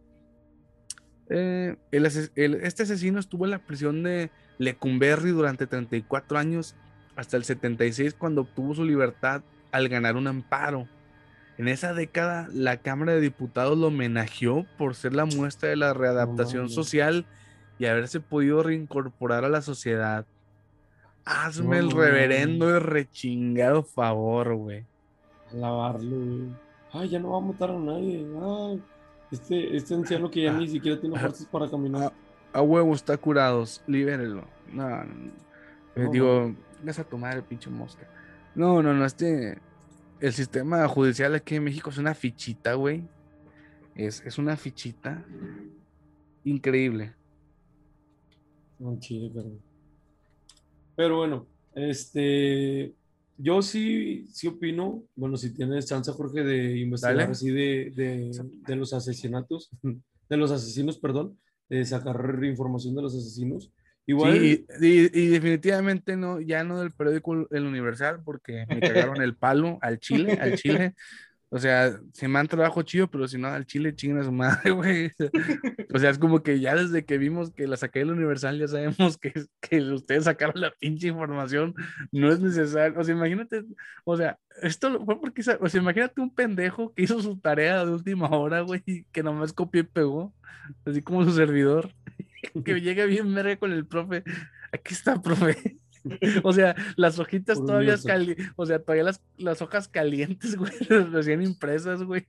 A: Este asesino estuvo en la prisión de Lecumberri durante 34 años hasta el 76 cuando obtuvo su libertad al ganar un amparo. En esa década, la Cámara de Diputados lo homenajeó por ser la muestra de la readaptación social y haberse podido reincorporar a la sociedad. Hazme el reverendo y rechingado favor, güey.
C: Lavarlo, güey. Ay, ya no va a matar a nadie. Ay, este anciano que ya ni siquiera tiene fuerzas para caminar.
A: A huevo está curados, libérenlo. No. Digo, vas a tomar el pinche mosca. No, el sistema judicial aquí en México es una fichita, güey. Es una fichita increíble.
C: No, chido, pero bueno, yo sí opino, bueno, si tienes chance, Jorge, de investigar
A: Dale.
C: así de los asesinatos, de los asesinos, perdón, de sacar información de los asesinos. Igual.
A: Sí, y definitivamente no, ya no del periódico El Universal, porque me cagaron el palo al chile. O sea, se me han trabajo chido, pero si no, al chile chingan a su madre, güey. O sea, es como que ya desde que vimos que la saqué del Universal, ya sabemos que ustedes sacaron la pinche información, no es necesario. O sea, imagínate, o sea, esto fue porque, o sea, imagínate un pendejo que hizo su tarea de última hora, güey, que nomás copió y pegó, así como su servidor, que llega bien verga con el profe. Aquí está, profe. O sea, las hojitas todavía o sea, todavía las hojas calientes, güey, recién impresas, güey.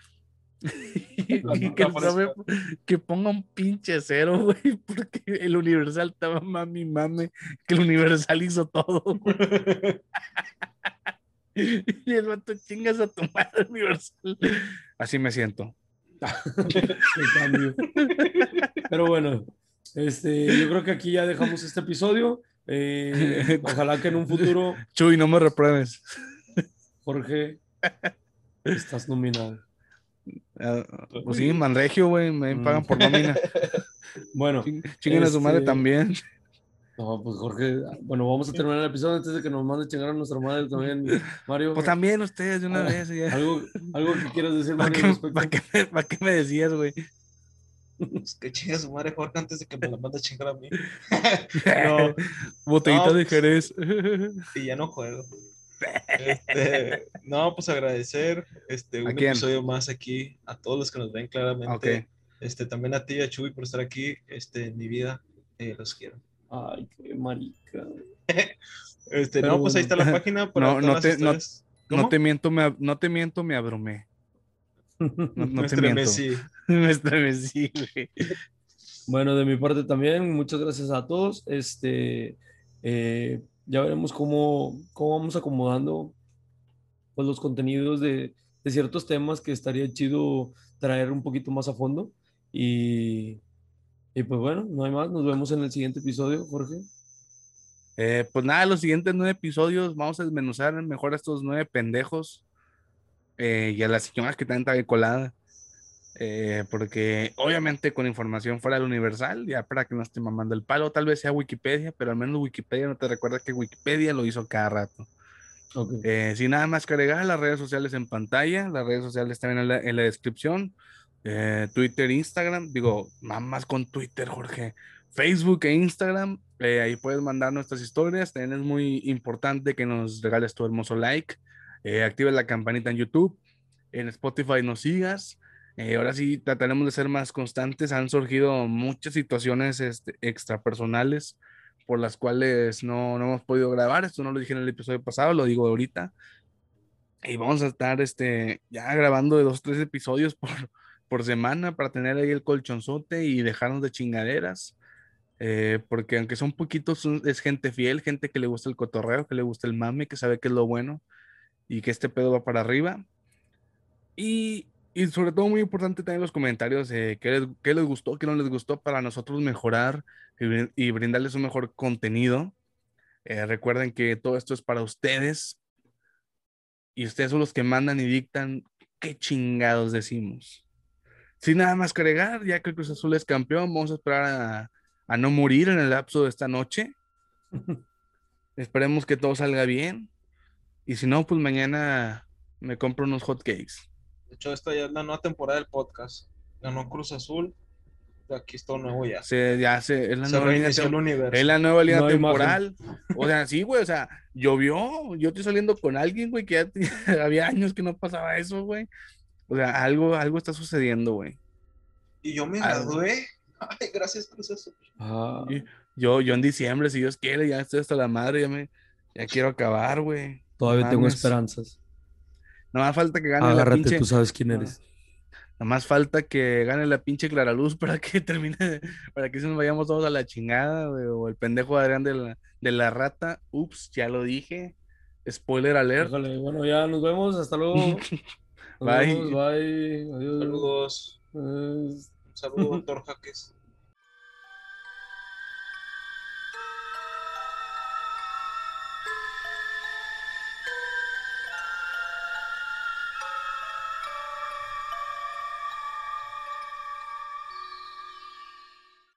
A: Y que el profe que ponga un pinche 0, güey, porque el Universal estaba mami, que el Universal hizo todo, güey. Y el vato, chingas a tu madre, Universal. Así me siento.
C: Qué cambio. Pero bueno, yo creo que aquí ya dejamos este episodio. Ojalá que en un futuro,
A: Chuy, no me repruebes.
C: Jorge, estás nominado.
A: Pues sí, Manregio, güey, me
C: Mm.
A: pagan por nómina.
C: Bueno,
A: Chinguen a su madre también.
C: no, pues Jorge, bueno, vamos a terminar el episodio antes de que nos mande chingar a nuestra madre también, Mario.
A: Pues también ustedes de una vez. Ya.
C: Algo que quieras decir,
A: ¿Para
C: Mario,
A: qué,
C: al respecto.
A: para qué me decías, güey?
B: Pues que chinga su madre Jorge antes de que me la mande a chingar a mí. No,
A: Botellita
B: no,
A: de
B: pues,
A: Jerez.
B: y ya no juego. No, pues agradecer
A: ¿A
B: un
A: quién?
B: episodio más aquí a todos los que nos ven claramente.
A: Ok.
B: También a ti, a Chuy, por estar aquí. En mi vida, los quiero.
C: Ay, qué marica.
B: No, pues ahí
C: Bueno,
B: está la página para
A: No,
B: todas las historias.
A: no te
B: ¿Cómo?
A: miento, no te miento, me abrumé. No
B: Me
A: te miento.
B: estremecí.
A: Me estremecí, güey.
C: bueno, de mi parte también, muchas gracias a todos. Ya veremos cómo vamos acomodando pues, los contenidos de ciertos temas que estaría chido traer un poquito más a fondo. Y, y pues bueno, no hay más. Nos vemos en el siguiente episodio, Jorge.
A: Pues nada, los siguientes 9 episodios vamos a desmenuzar mejor a estos 9 pendejos y a las señoras que también está colada. Porque obviamente con información fuera del Universal, ya para que no esté mamando el palo, tal vez sea Wikipedia, pero al menos Wikipedia no te recuerda que Wikipedia lo hizo cada rato.
C: Ok.
A: Sin nada más que agregar, las redes sociales en pantalla, las redes sociales también en la descripción, Twitter, Instagram, digo, más con Twitter, Jorge, Facebook e Instagram, ahí puedes mandar nuestras historias, también es muy importante que nos regales tu hermoso like, actives la campanita en YouTube, en Spotify nos sigas. Ahora sí trataremos de ser más constantes. Han surgido muchas situaciones extrapersonales por las cuales no hemos podido grabar. Esto no lo dije en el episodio pasado, lo digo ahorita. Y vamos a estar ya grabando de 2 o 3 episodios por semana para tener ahí el colchonzote y dejarnos de chingaderas. Porque aunque son poquitos, es gente fiel, gente que le gusta el cotorreo, que le gusta el mame, que sabe que es lo bueno y que este pedo va para arriba. Y sobre todo muy importante también los comentarios, qué les gustó, qué no les gustó para nosotros mejorar y brindarles un mejor contenido. Recuerden que todo esto es para ustedes y ustedes son los que mandan y dictan qué chingados decimos. Sin nada más que agregar, ya que el Cruz Azul es campeón, vamos a esperar a no morir en el lapso de esta noche. Esperemos que todo salga bien y si no, pues mañana me compro unos hot cakes.
B: De hecho, esta ya es la nueva temporada del podcast. Ganó Cruz Azul. Aquí está nuevo ya.
A: Es la
B: Se
A: nueva
B: reinició el
A: es
B: universo.
A: la nueva línea
C: Nueva imagen.
A: temporal. O sea, sí, güey, o sea, llovió, yo estoy saliendo con alguien, güey, que había años que no pasaba eso, güey. O sea, algo está sucediendo, güey.
B: Y yo me gradué. Ay, gracias, Cruz Azul.
C: Ah,
A: Y yo en diciembre, si Dios quiere, ya estoy hasta la madre, ya quiero acabar, güey.
C: todavía
A: No
C: tengo
A: mames.
C: esperanzas.
A: No más falta que gane la
C: Agárrate, tú
A: pinche.
C: sabes quién
A: No,
C: eres.
A: nada más falta que gane la pinche Claraluz para que termine, para que se nos vayamos todos a la chingada, güey, o el pendejo Adrián de la rata. Ups, ya lo dije. Spoiler alert.
C: Híjole, bueno, ya nos vemos. Hasta luego. Nos vemos.
A: Bye.
C: Bye. Adiós.
B: Saludos. Un saludo, doctor Jaques.